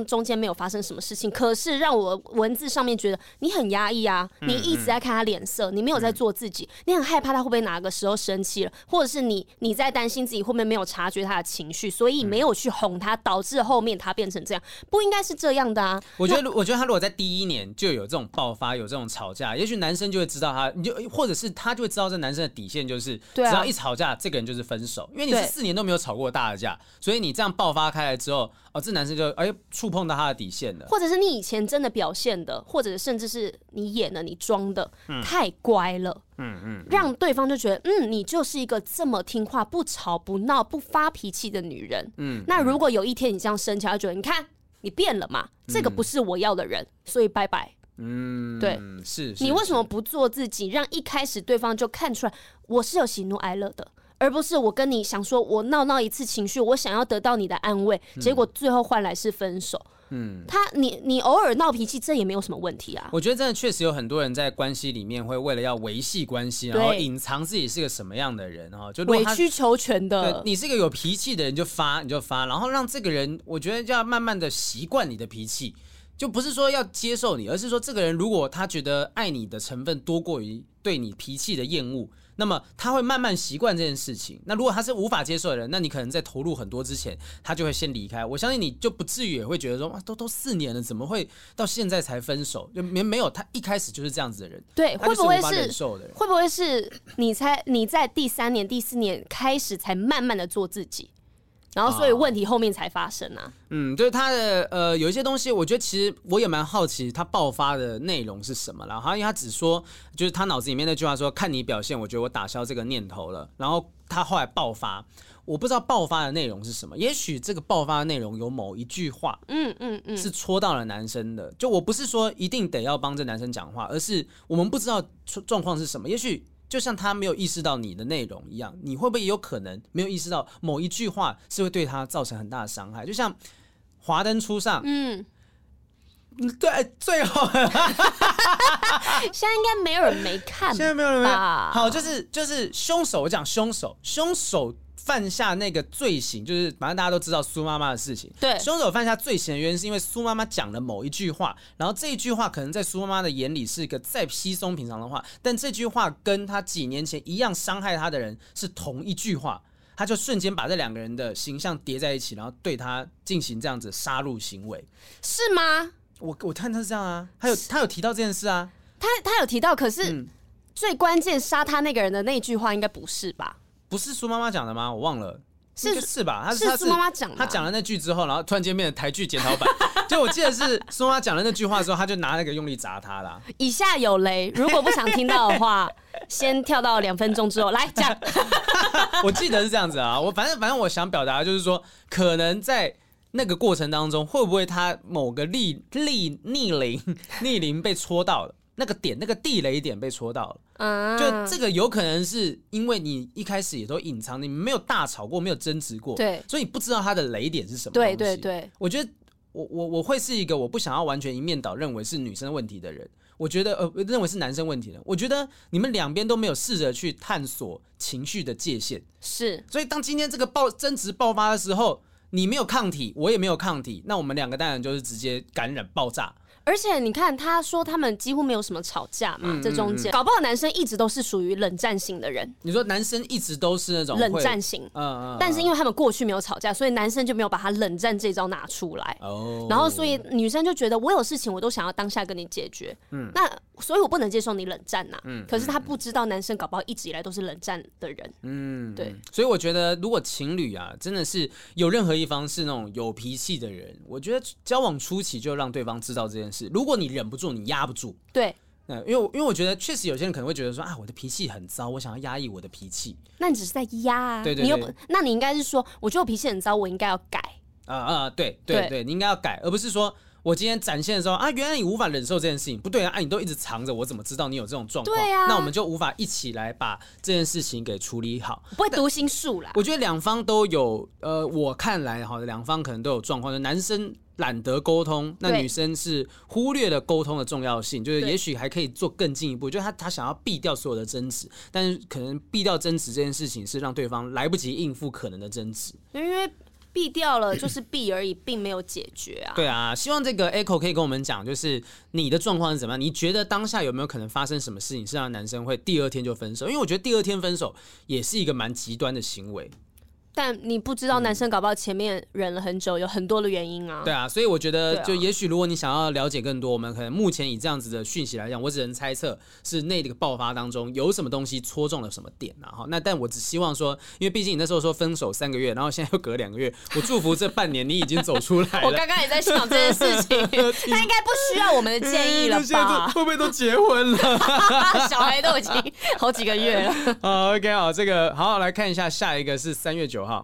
Speaker 3: 有发生什么事情，可是让我文字上面觉得你很压抑啊，你一直在看他脸色，你没有在做自己，你很害怕他会不会哪个时候生气了，或者是你在担心自己会不会没有察觉他的情绪，所以没有去哄他，导致后面他变成这样，不应该是这样的啊。
Speaker 2: 我觉得他如果在第一年就有这种爆发，有这种吵架，也许男生就会知道他，或者是他就会知道这男生的底线就是，只要一吵架，这个人就是分手，因为你是4年都没有吵过大的架，所以你这样爆发开来之后，这男生就触碰到他的底线了，
Speaker 3: 或者是你以前真的表现的，或者甚至是你演的、你装的太乖了，让对方就觉得你就是一个这么听话、不吵不闹、不发脾气的女人。那如果有一天你这样生气，他就觉得你看你变了嘛，这个不是我要的人，所以拜拜。对，
Speaker 2: 是
Speaker 3: 你为什么不做自己，让一开始对方就看出来我是有喜怒哀乐的，而不是我跟你想说我闹一次情绪，我想要得到你的安慰，结果最后换来是分手。你偶尔闹脾气，这也没有什么问题啊。
Speaker 2: 我觉得真的确实有很多人在关系里面会为了要维系关系，然后隐藏自己是个什么样的人，就
Speaker 3: 委曲求全的。
Speaker 2: 你是一个有脾气的人，你就发，然后让这个人，我觉得就要慢慢的习惯你的脾气。就不是说要接受你，而是说这个人如果他觉得爱你的成分多过于对你脾气的厌恶，那么他会慢慢习惯这件事情。那如果他是无法接受的人，那你可能在投入很多之前，他就会先离开。我相信你就不至于也会觉得说，都4年了，怎么会到现在才分手？就没有，他一开始就是这样子的人。
Speaker 3: 对，会不会是你在第3年、第4年开始才慢慢的做自己？然后，所以问题后面才发生啊。
Speaker 2: 就是他的有一些东西，我觉得其实我也蛮好奇他爆发的内容是什么啦。好像因为他只说，就是他脑子里面那句话说：“看你表现，我觉得我打消这个念头了。”然后他后来爆发，我不知道爆发的内容是什么。也许这个爆发的内容有某一句话，是戳到了男生的。就我不是说一定得要帮这男生讲话，而是我们不知道状况是什么。也许就像他没有意识到你的内容一样，你会不会也有可能没有意识到某一句话是会对他造成很大的伤害？就像华灯初上，对，最后
Speaker 3: 现在应该没有人没看吧？
Speaker 2: 现在没有人没看。好，就是凶手，我讲凶手犯下那个罪行，就是反正大家都知道苏妈妈的事情。
Speaker 3: 对，
Speaker 2: 凶手犯下罪行的原因是因为苏妈妈讲了某一句话，然后这一句话可能在苏妈妈的眼里是一个再稀松平常的话，但这句话跟他几年前一样伤害他的人是同一句话，他就瞬间把这2个人的形象叠在一起，然后对他进行这样子杀戮行为，
Speaker 3: 是吗？
Speaker 2: 我看他是这样啊，他有提到这件事啊，
Speaker 3: 他有提到，可是最关键杀他那个人的那句话应该不是吧？
Speaker 2: 不是苏妈妈讲的吗？我忘了，是吧？
Speaker 3: 是苏妈妈讲的。
Speaker 2: 他讲了那句之后，然后突然间变成台剧检讨版。就我记得是苏妈妈讲了那句话之后，他就拿那个用力砸他啦。
Speaker 3: 以下有雷，如果不想听到的话，先跳到2分钟之后来讲。
Speaker 2: 我记得是这样子啊，反正我想表达的就是说，可能在那个过程当中，会不会他某个逆鳞被戳到了？那个点，那个地雷点被戳到了，就这个有可能是因为你一开始也都隐藏，你没有大吵过，没有争执过，
Speaker 3: 对，
Speaker 2: 所以你不知道他的雷点是什么东西。
Speaker 3: 对，
Speaker 2: 我觉得我会是一个我不想要完全一面倒认为是女生问题的人，我觉得认为是男生问题的。我觉得你们2边都没有试着去探索情绪的界限，
Speaker 3: 是，
Speaker 2: 所以当今天这个争执爆发的时候，你没有抗体，我也没有抗体，那我们2个当然就是直接感染爆炸。
Speaker 3: 而且你看，他说他们几乎没有什么吵架嘛，这中间搞不好男生一直都是属于冷战型的人。
Speaker 2: 你说男生一直都是那种
Speaker 3: 冷战型，但是因为他们过去没有吵架，所以男生就没有把他冷战这招拿出来。然后所以女生就觉得我有事情我都想要当下跟你解决，那所以我不能接受你冷战呐。可是他不知道男生搞不好一直以来都是冷战的人。对。
Speaker 2: 所以我觉得如果情侣啊真的是有任何一方是那种有脾气的人，我觉得交往初期就让对方知道这件事。如果你忍不住，你压不住，
Speaker 3: 对，
Speaker 2: 因为我觉得确实有些人可能会觉得说我的脾气很糟，我想要压抑我的脾气。
Speaker 3: 那你只是在压啊，对，那你应该是说，我觉得我脾气很糟，我应该要改。
Speaker 2: 对，你应该要改，而不是说我今天展现的时候原来你无法忍受这件事情，不对啊，你都一直藏着，我怎么知道你有这种状况？
Speaker 3: 对啊，
Speaker 2: 那我们就无法一起来把这件事情给处理好，
Speaker 3: 不会读心术啦。
Speaker 2: 我觉得2方都有，我看来2方可能都有状况，就男生懒得沟通，那女生是忽略了沟通的重要性，就是也许还可以做更进一步，就是他想要避掉所有的争执，但是可能避掉争执这件事情是让对方来不及应付可能的争执，
Speaker 3: 因为避掉了就是避而已，并没有解决啊。
Speaker 2: 对啊，希望这个 Echo 可以跟我们讲，就是你的状况是怎么样？你觉得当下有没有可能发生什么事情是让男生会第二天就分手？因为我觉得第二天分手也是一个蛮极端的行为。
Speaker 3: 但你不知道男生搞不好前面忍了很久，有很多的原因啊。
Speaker 2: 对啊，所以我觉得就也许如果你想要了解更多，我们可能目前以这样子的讯息来讲，我只能猜测是那个爆发当中有什么东西戳中了什么点啊。那但我只希望说，因为毕竟你那时候说分手3个月，然后现在又隔2个月，我祝福这半年你已经走出来了。
Speaker 3: 我刚刚也在想这件事情，他应该不需要我们的建议了吧？
Speaker 2: 会不会都结婚了？
Speaker 3: 小孩都已经好几个月了。
Speaker 2: OK 好，这个好来看一下，下一个是3月9号。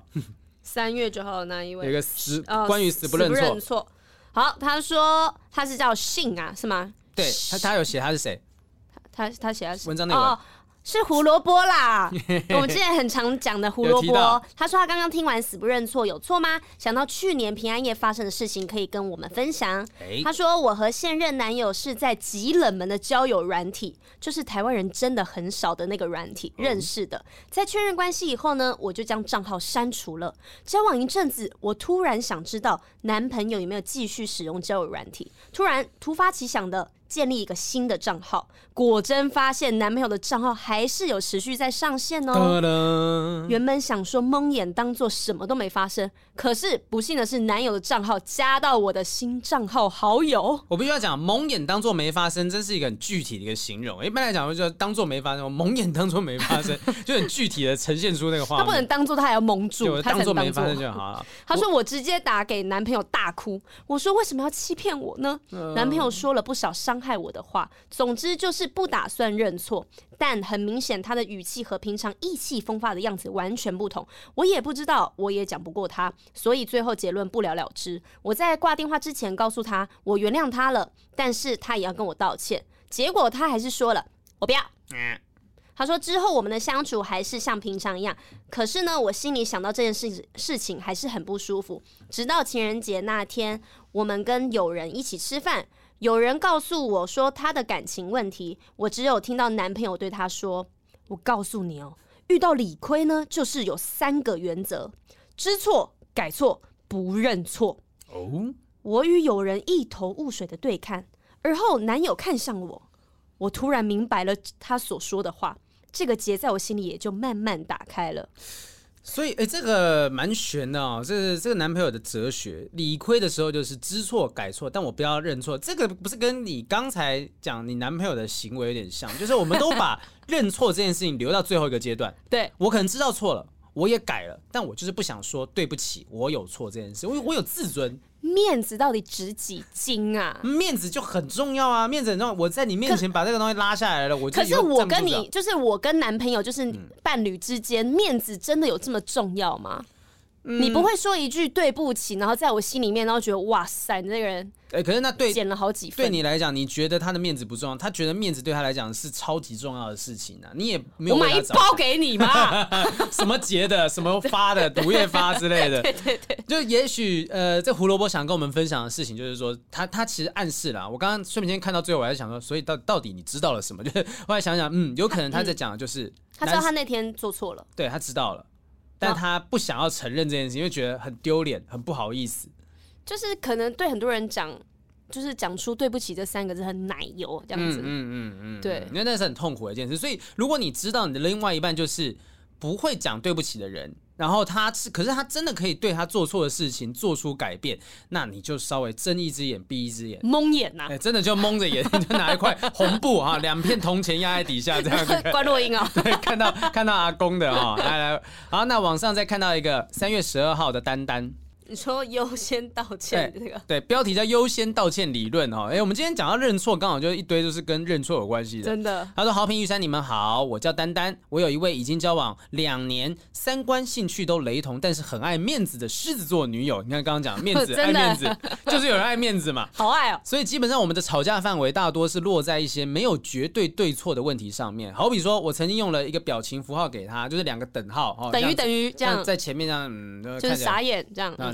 Speaker 3: 3月9号的那一位，
Speaker 2: 有一个关于死不认错。
Speaker 3: 好，他说他是叫信啊，是吗？
Speaker 2: 对，他有写他是谁？
Speaker 3: 他写他是
Speaker 2: 文章内文。
Speaker 3: 是胡萝卜啦，我们之前很常讲的胡萝卜。他说他刚刚听完死不认错有错吗？想到去年平安夜发生的事情，可以跟我们分享。他说我和现任男友是在极冷门的交友软体，就是台湾人真的很少的那个软体认识的。在确认关系以后呢，我就将账号删除了。交往一阵子，我突然想知道男朋友有没有继续使用交友软体，突发奇想的建立一个新的账号，果真发现男朋友的账号还是有持续在上线哦。原本想说蒙眼当做什么都没发生，可是不幸的是男友的账号加到我的新账号好友。
Speaker 2: 我必须要讲，蒙眼当做没发生，真是一个很具体的一个形容。一般来讲，就当做没发生，蒙眼当做没发生，就很具体的呈现出那个画面。
Speaker 3: 他不能当做，他还要蒙住，他才能
Speaker 2: 当做没发生就好了。
Speaker 3: 他说我直接打给男朋友大哭，我说为什么要欺骗我呢？男朋友说了不少伤害我的话，总之就是不打算认错，但很明显他的语气和平常意气风发的样子完全不同。我也不知道，我也讲不过他，所以最后结论不了了之。我在挂电话之前告诉他我原谅他了，但是他也要跟我道歉，结果他还是说了我不要。他说之后我们的相处还是像平常一样，可是呢，我心里想到这件事情还是很不舒服。直到情人节那天，我们跟友人一起吃饭，有人告诉我说他的感情问题，我只有听到男朋友对他说：“我告诉你哦，遇到理亏呢，就是有3个原则：知错、改错、不认错。”我与友人一头雾水的对看，而后男友看向我，我突然明白了他所说的话。这个结在我心里也就慢慢打开了。
Speaker 2: 所以，这个蛮悬的哦。这个男朋友的哲学，理亏的时候就是知错改错，但我不要认错。这个不是跟你刚才讲你男朋友的行为有点像，就是我们都把认错这件事情留到最后一个阶段。
Speaker 3: 对，
Speaker 2: 我可能知道错了，我也改了，但我就是不想说对不起，我有错这件事，我有自尊。
Speaker 3: 面子到底值几斤啊？
Speaker 2: 面子就很重要啊，面子很重要。我在你面前把这个东西拉下来了，我就
Speaker 3: 可是我跟你，就是我跟男朋友，就是伴侣之间，面子真的有这么重要吗？你不会说一句对不起，然后在我心里面，然后觉得哇塞，你这个人，
Speaker 2: 可是那对
Speaker 3: 减了好几分。
Speaker 2: 对你来讲，你觉得他的面子不重要，他觉得面子对他来讲是超级重要的事情啊！你也没有
Speaker 3: 我买一包给你嘛，
Speaker 2: 什么节的，什么发的，毒液发之类的。
Speaker 3: 对对对，
Speaker 2: 就也许这胡萝卜想跟我们分享的事情，就是说他其实暗示了。我刚刚睡眠间看到最后，我还在想说，所以到底你知道了什么？就是后来想想，有可能他在讲的就是
Speaker 3: 他知道他那天做错了，
Speaker 2: 对他知道了。但他不想要承认这件事，因为觉得很丢脸，很不好意思。
Speaker 3: 就是可能对很多人讲，就是讲出对不起这3个字很奶油这样子。对，
Speaker 2: 因为那是很痛苦的一件事。所以如果你知道你的另外一半就是不会讲对不起的人，然后可是他真的可以对他做错的事情做出改变，那你就稍微睁一只眼闭一只眼，
Speaker 3: 蒙眼呐，
Speaker 2: 真的就蒙着眼，就拿一块红布啊，2片铜钱压在底下，这样
Speaker 3: 关落音啊。
Speaker 2: 对，看到阿公的啊，来，好，那网上再看到一个3月12号的丹丹。
Speaker 3: 你说优先道歉这个，
Speaker 2: 对，标题叫优先道歉理论哦。我们今天讲到认错，刚好就一堆就是跟认错有关系的。
Speaker 3: 真的，
Speaker 2: 他说：“豪平玉山，你们好，我叫丹丹，我有一位已经交往2年，3观兴趣都雷同，但是很爱面子的狮子座女友。你看刚刚讲面子，爱面子，就是有人爱面子嘛，
Speaker 3: 好爱哦。
Speaker 2: 所以基本上我们的吵架范围大多是落在一些没有绝对对错的问题上面。好比说，我曾经用了一个表情符号给他，就是2个等号，
Speaker 3: 等于这样，
Speaker 2: 在前面这样，
Speaker 3: 就是傻眼这样。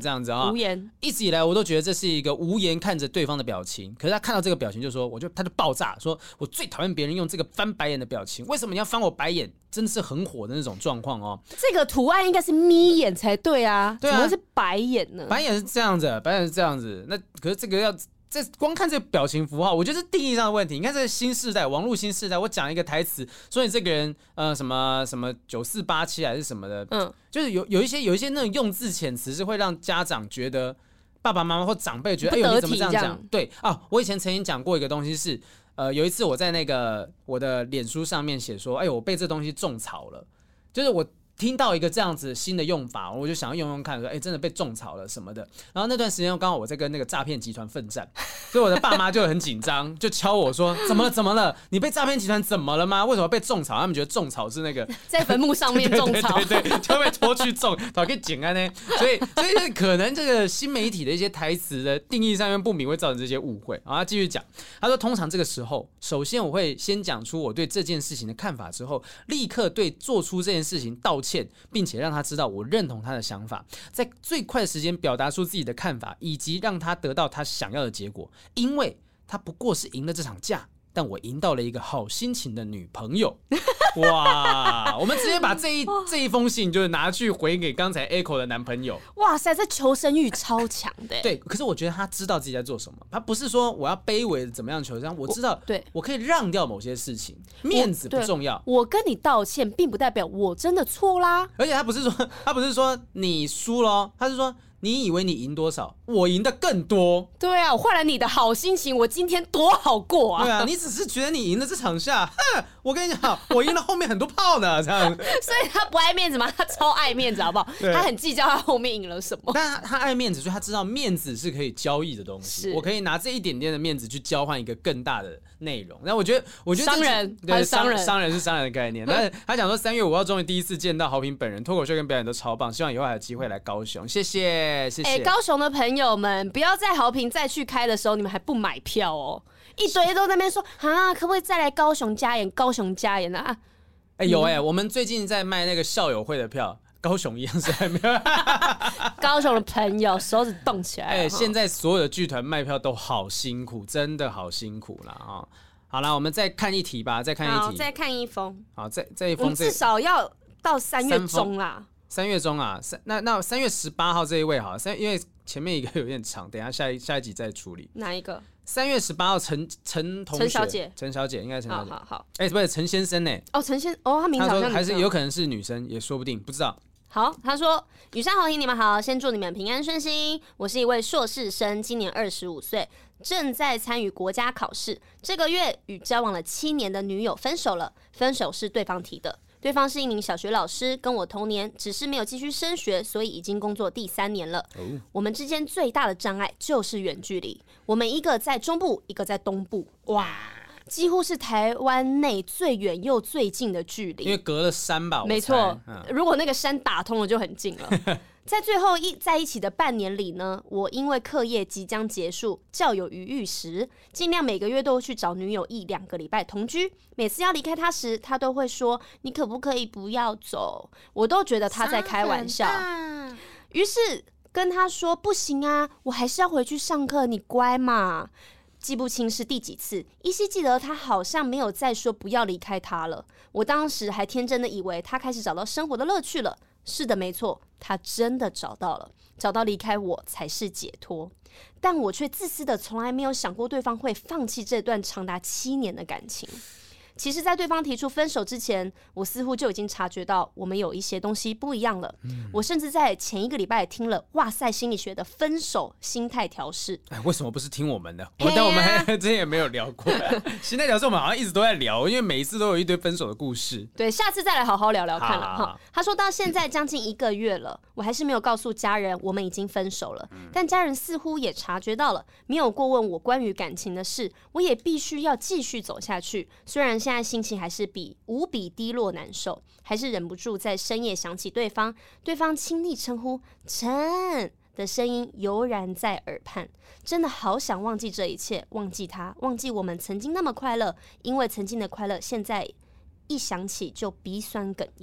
Speaker 2: 这样子啊，
Speaker 3: 无言。
Speaker 2: 一直以来我都觉得这是一个无言看着对方的表情，可是他看到这个表情就说，他就爆炸，说我最讨厌别人用这个翻白眼的表情，为什么你要翻我白眼？真的是很火的那种状况哦。
Speaker 3: 这个图案应该是眯眼才对啊，
Speaker 2: 对啊，
Speaker 3: 怎么会是白眼呢？
Speaker 2: 白眼是这样子，白眼是这样子。那可是这个这光看这个表情符号，我觉得是定义上的问题。你看这个新世代，网络新世代，我讲一个台词，说你这个人什么9487还是什么的，就是有一些那种用字遣词是会让家长觉得爸爸妈妈或长辈觉得，哎呦你怎么这样讲？对啊，我以前曾经讲过一个东西是。有一次我在那个我的脸书上面写说，哎，我被这东西种草了，就是我听到一个这样子新的用法，我就想要用用看，说，哎，真的被种草了什么的。然后那段时间刚好我在跟那个诈骗集团奋战，所以我的爸妈就很紧张，就敲我说，怎么了？你被诈骗集团怎么了吗？为什么被种草？他们觉得种草是那个
Speaker 3: 在坟墓上面种草，
Speaker 2: 对，就被拖去种，讨可以简单呢。所以可能这个新媒体的一些台词的定义上面不明，会造成这些误会。然后他继续讲，他说，通常这个时候，首先我会先讲出我对这件事情的看法之后，立刻对做出这件事情道歉，并且让他知道我认同他的想法，在最快的时间表达出自己的看法，以及让他得到他想要的结果。因为他不过是赢了这场架，但我赢到了一个好心情的女朋友。哇！我们直接把这一封信就是拿去回给刚才 Echo 的男朋友。
Speaker 3: 哇塞，这求生欲超强的。
Speaker 2: 对，可是我觉得他知道自己在做什么，他不是说我要卑微的怎么样求生，我知道，对，我可以让掉某些事情，面子不重要。
Speaker 3: 我跟你道歉，并不代表我真的错啦。
Speaker 2: 而且他不是说你输了，他是说。你以为你赢多少？我赢的更多。
Speaker 3: 对啊，我换了你的好心情，我今天多好过啊！
Speaker 2: 对啊，你只是觉得你赢了这场下，我跟你讲，我赢了后面很多炮呢，这样。
Speaker 3: 所以他不爱面子吗？他超爱面子，好不好？他很计较他后面赢了什么。
Speaker 2: 但他爱面子，所以他知道面子是可以交易的东西。我可以拿这一点点的面子去交换一个更大的内容。然后我觉得
Speaker 3: 商人，
Speaker 2: 对，
Speaker 3: 商人
Speaker 2: 是商人的概念。但是他讲说3月5号终于第一次见到豪平本人，脱口秀跟表演都超棒，希望以后还有机会来高雄。谢谢。
Speaker 3: 高雄的朋友们，不要在豪平再去开的时候，你们还不买票哦，一堆都在那边说啊，可不可以再来高雄加演？高雄加演啊！
Speaker 2: 有我们最近在卖那个校友会的票，高雄一样是还没有。
Speaker 3: 高雄的朋友手指动起来。
Speaker 2: 现在所有的剧团卖票都好辛苦，真的好辛苦啦啊！好啦，我们再看一题吧，再看一题，
Speaker 3: 再看一封。
Speaker 2: 好，这一封，
Speaker 3: 我们至少要到3月中啦。
Speaker 2: 3月中啊，那3月18号这一位好，因为前面一个有点长，等一下下一集再处理。
Speaker 3: 哪一个
Speaker 2: ？3月18号陈同学，陈小姐应该是陈小姐。
Speaker 3: 好，
Speaker 2: 不是陈先生呢？
Speaker 3: 陈先他名字好像
Speaker 2: 还是有可能是女生，也说不定，不知道。
Speaker 3: 好，他说：“雨山好听，你们好，先祝你们平安顺心。我是一位硕士生，今年25岁，正在参与国家考试。这个月与交往了7年的女友分手了，分手是对方提的。对方是一名小学老师，跟我同年，只是没有继续升学，所以已经工作第3年了。我们之间最大的障碍就是远距离，我们一个在中部，一个在东部，哇，几乎是台湾内最远又最近的距离，
Speaker 2: 因为隔了山吧？
Speaker 3: 没错，如果那个山打通了就很近了。在最后在一起的半年里呢，我因为课业即将结束，较有余裕时，尽量每个月都去找女友1-2个礼拜同居。每次要离开他时，他都会说：“你可不可以不要走？”我都觉得他在开玩笑。于是跟他说：“不行啊，我还是要回去上课，你乖嘛。”记不清是第几次，依稀记得他好像没有再说不要离开他了。我当时还天真的以为他开始找到生活的乐趣了。是的，没错，他真的找到了，找到离开我才是解脱。但我却自私的从来没有想过对方会放弃这段长达7年的感情。其实在对方提出分手之前，我似乎就已经察觉到我们有一些东西不一样了。我甚至在前1个礼拜听了哇塞心理学的分手心态调试。
Speaker 2: 为什么不是听我们的？但我们之前也没有聊过心态调试，我们好像一直都在聊，因为每一次都有一堆分手的故事。
Speaker 3: 对，下次再来好好聊聊看了。他说到现在将近1个月了，我还是没有告诉家人我们已经分手了。但家人似乎也察觉到了，没有过问我关于感情的事，我也必须要继续走下去。虽然现在心情还是无比低落难受，还是忍不住在深夜想起对方亲昵称呼陈的声音油然在耳畔，真的好想忘记这一切，忘记他，忘记我们曾经那么快乐，因为曾经的快乐现在一想起就鼻酸哽咽。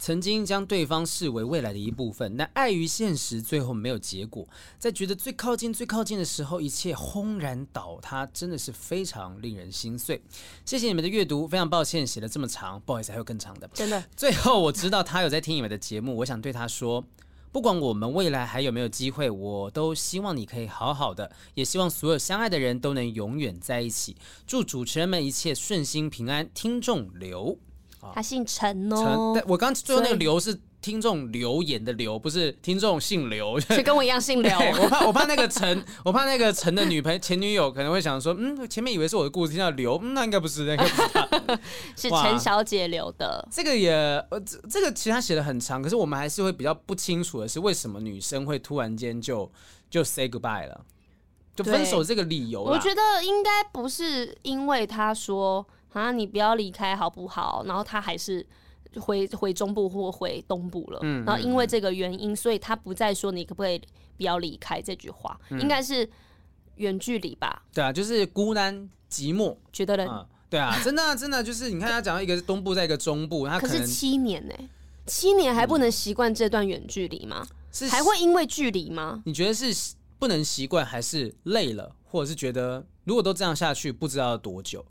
Speaker 2: 曾经将对方视为未来的一部分，但碍于现实，最后没有结果。在觉得最靠近的时候，一切轰然倒塌，真的是非常令人心碎。谢谢你们的阅读，非常抱歉写了这么长，不好意思，还有更长的。
Speaker 3: 真的。
Speaker 2: 最后我知道他有在听你们的节目，我想对他说，不管我们未来还有没有机会，我都希望你可以好好的，也希望所有相爱的人都能永远在一起。祝主持人们一切顺心平安。听众刘。
Speaker 3: 他姓陈哦，
Speaker 2: 我刚最后那个刘是听众留言的刘，不是听众姓刘，
Speaker 3: 是跟我一样姓刘。
Speaker 2: 我怕那个陈，我怕那个陈的前女友可能会想说，前面以为是我的故事，听到刘，那应该不是，那个
Speaker 3: 是陈小姐留的。
Speaker 2: 这个这个其实他写的很长，可是我们还是会比较不清楚的是，为什么女生会突然间就 say goodbye 了，就分手这个理由啦。
Speaker 3: 我觉得应该不是因为他说。你不要离开好不好？然后他还是回中部或回东部了，然后因为这个原因，所以他不再说你可不可以不要离开这句话，应该是远距离吧？
Speaker 2: 对啊，就是孤单寂寞，
Speaker 3: 觉得人
Speaker 2: 对啊，真的就是你看他讲到一个是东部，在一个中部，他
Speaker 3: 可是7年呢，7年还不能习惯这段远距离吗？还会因为距离吗？
Speaker 2: 你觉得是不能习惯，还是累了，或者是觉得如果都这样下去，不知道要多久？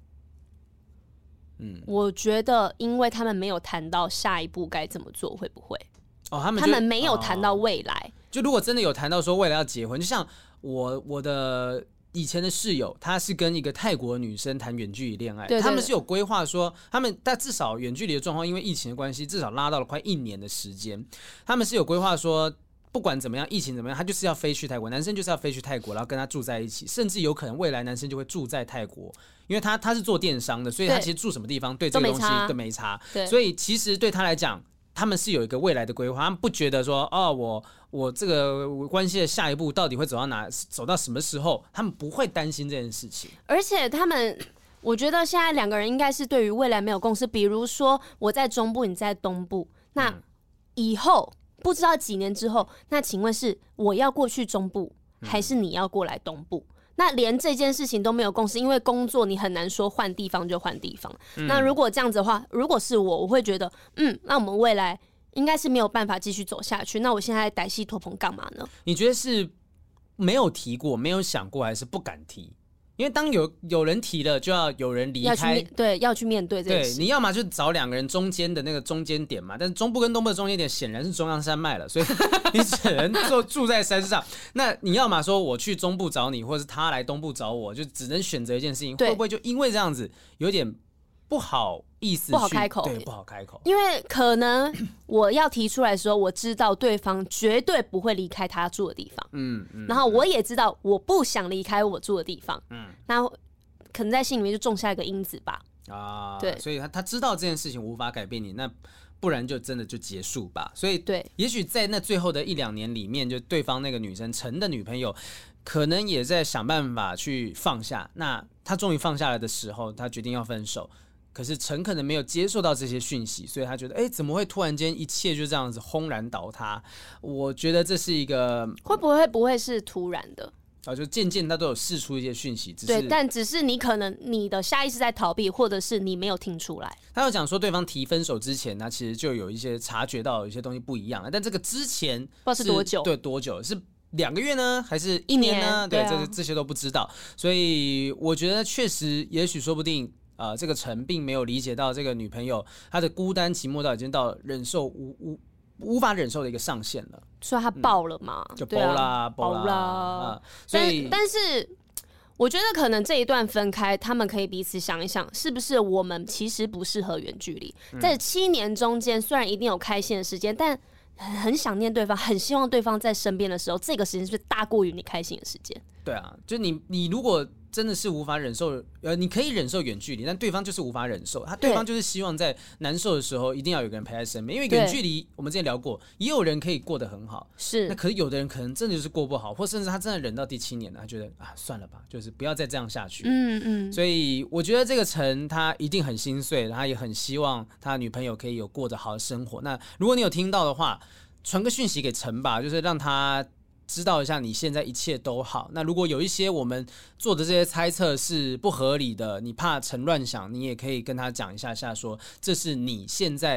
Speaker 3: 我觉得，因为他们没有谈到下一步该怎么做，会不会？他们没有谈到未来。
Speaker 2: 就如果真的有谈到说未来要结婚，就像我的以前的室友，他是跟一个泰国女生谈远距离恋爱，
Speaker 3: 对，
Speaker 2: 他们是有规划说，但至少远距离的状况，因为疫情的关系，至少拉到了快1年的时间。他们是有规划说，不管怎么样，疫情怎么样，他就是要飞去泰国，男生就是要飞去泰国，然后跟他住在一起，甚至有可能未来男生就会住在泰国，因为他是做电商的，所以他其实住什么地方对这个东西都没差。所以其实对他来讲，他们是有一个未来的规划，他们不觉得说我这个关系的下一步到底会走到哪，走到什么时候，他们不会担心这件事情。
Speaker 3: 而且我觉得现在2个人应该是对于未来没有共识，比如说我在中部，你在东部，那以后。不知道几年之后，那请问是我要过去中部，还是你要过来东部？那连这件事情都没有共识，因为工作你很难说换地方就换地方。那如果这样子的话，如果是我会觉得，那我们未来应该是没有办法继续走下去。那我现在歹戏拖棚干嘛呢？
Speaker 2: 你觉得是没有提过、没有想过，还是不敢提？因为当有人提了，就要有人离开，
Speaker 3: 要去面对这件事。
Speaker 2: 对，你要嘛就找2个人中间的那个中间点嘛，但是中部跟东部的中间点显然是中央山脉了，所以你只能住在山上。那你要嘛说我去中部找你，或者是他来东部找我，就只能选择一件事情，会不会就因为这样子有点不好意思，
Speaker 3: 不好开口？
Speaker 2: 对，不好开口。
Speaker 3: 因为可能我要提出来的时候，我知道对方绝对不会离开他住的地方，然后我也知道我不想离开我住的地方，那可能在心里面就种下一个因子吧。对，
Speaker 2: 所以他知道这件事情无法改变你，那不然就真的就结束吧。所以对，也许在那最后的1-2年里面，就对方那个女生陈的女朋友，可能也在想办法去放下。那他终于放下来的时候，他决定要分手。可是陈可能没有接受到这些讯息，所以他觉得，怎么会突然间一切就这样子轰然倒塌？我觉得这是一个
Speaker 3: 不会是突然的？
Speaker 2: 就渐渐他都有释出一些讯息，
Speaker 3: 对，但只是你可能你的下意识在逃避，或者是你没有听出来。
Speaker 2: 他有讲说，对方提分手之前，他其实就有一些察觉到有一些东西不一样了，但这个之前
Speaker 3: 不知道是多久？
Speaker 2: 对，多久？是2个月呢，还是1年呢？对，这些都不知道。所以我觉得确实，也许说不定。这个陈并没有理解到这个女朋友她的孤单寂寞到已经到忍受无法忍受的一个上限了，
Speaker 3: 所以她爆了嘛，
Speaker 2: 就爆啦，
Speaker 3: 所以但是我觉得可能这一段分开，他们可以彼此想一想，是不是我们其实不适合远距离？在7年中间，虽然一定有开心的时间，但很想念对方，很希望对方在身边的时候，这个时间是不是大过于你开心的时间？
Speaker 2: 对啊，就你如果真的是无法忍受，你可以忍受远距离，但对方就是无法忍受，对方就是希望在难受的时候一定要有个人陪在身边，因为远距离我们之前聊过，也有人可以过得很好，
Speaker 3: 是，
Speaker 2: 那可是有的人可能真的就是过不好，或甚至他真的忍到第7年了，他觉得算了吧，就是不要再这样下去。所以我觉得这个陈他一定很心碎，他也很希望他女朋友可以有过得好的生活。那如果你有听到的话，传个讯息给陈吧，就是让他知道一下你现在一切都好。那如果有一些我们做的这些猜测是不合理的，你怕陈乱想，你也可以跟他讲一下说这是你现在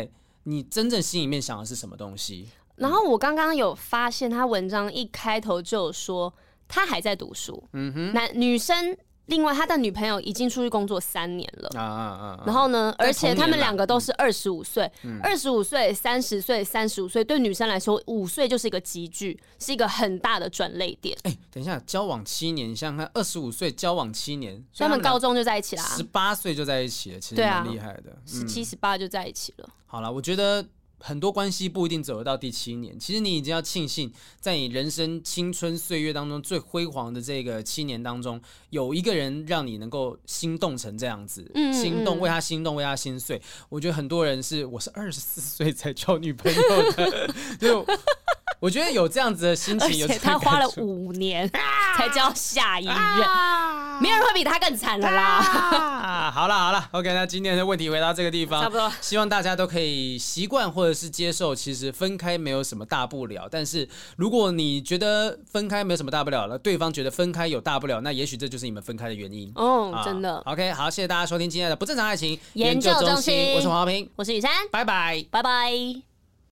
Speaker 2: 你真正心里面想的是什么东西。
Speaker 3: 然后我刚刚有发现，他文章一开头就有说他还在读书，女生。另外，他的女朋友已经出去工作3年了，然后呢，而且他们2个都是25岁，25岁、30岁、35岁，对女生来说，5岁就是一个集聚，是一个很大的转捩点。
Speaker 2: 等一下，交往7年，你想想看，25岁交往7年，
Speaker 3: 所以他们高中就在一起啦
Speaker 2: ，18岁就在一起了，其实蛮厉害的
Speaker 3: ，17、18就在一起了。
Speaker 2: 好了，我觉得。很多关系不一定走得到第7年，其实你已经要庆幸，在你人生青春岁月当中最辉煌的这个7年当中，有一个人让你能够心动成这样子，心动为他心动，为他心碎。我觉得很多人我是24岁才交女朋友的，就我觉得有这样子的心情，
Speaker 3: 而且他花了5年才交下一任。没有人会比他更惨了啦！
Speaker 2: 好了 ，OK， 那今天的问题回到这个地方，
Speaker 3: 差不多。
Speaker 2: 希望大家都可以习惯或者是接受，其实分开没有什么大不了。但是如果你觉得分开没有什么大不了了，对方觉得分开有大不了，那也许这就是你们分开的原因。
Speaker 3: 真的。
Speaker 2: OK， 好，谢谢大家收听今天的不正常爱情
Speaker 3: 研究中心，
Speaker 2: 我是黄豪平，
Speaker 3: 我是雨珊，
Speaker 2: 拜拜，
Speaker 3: 拜拜。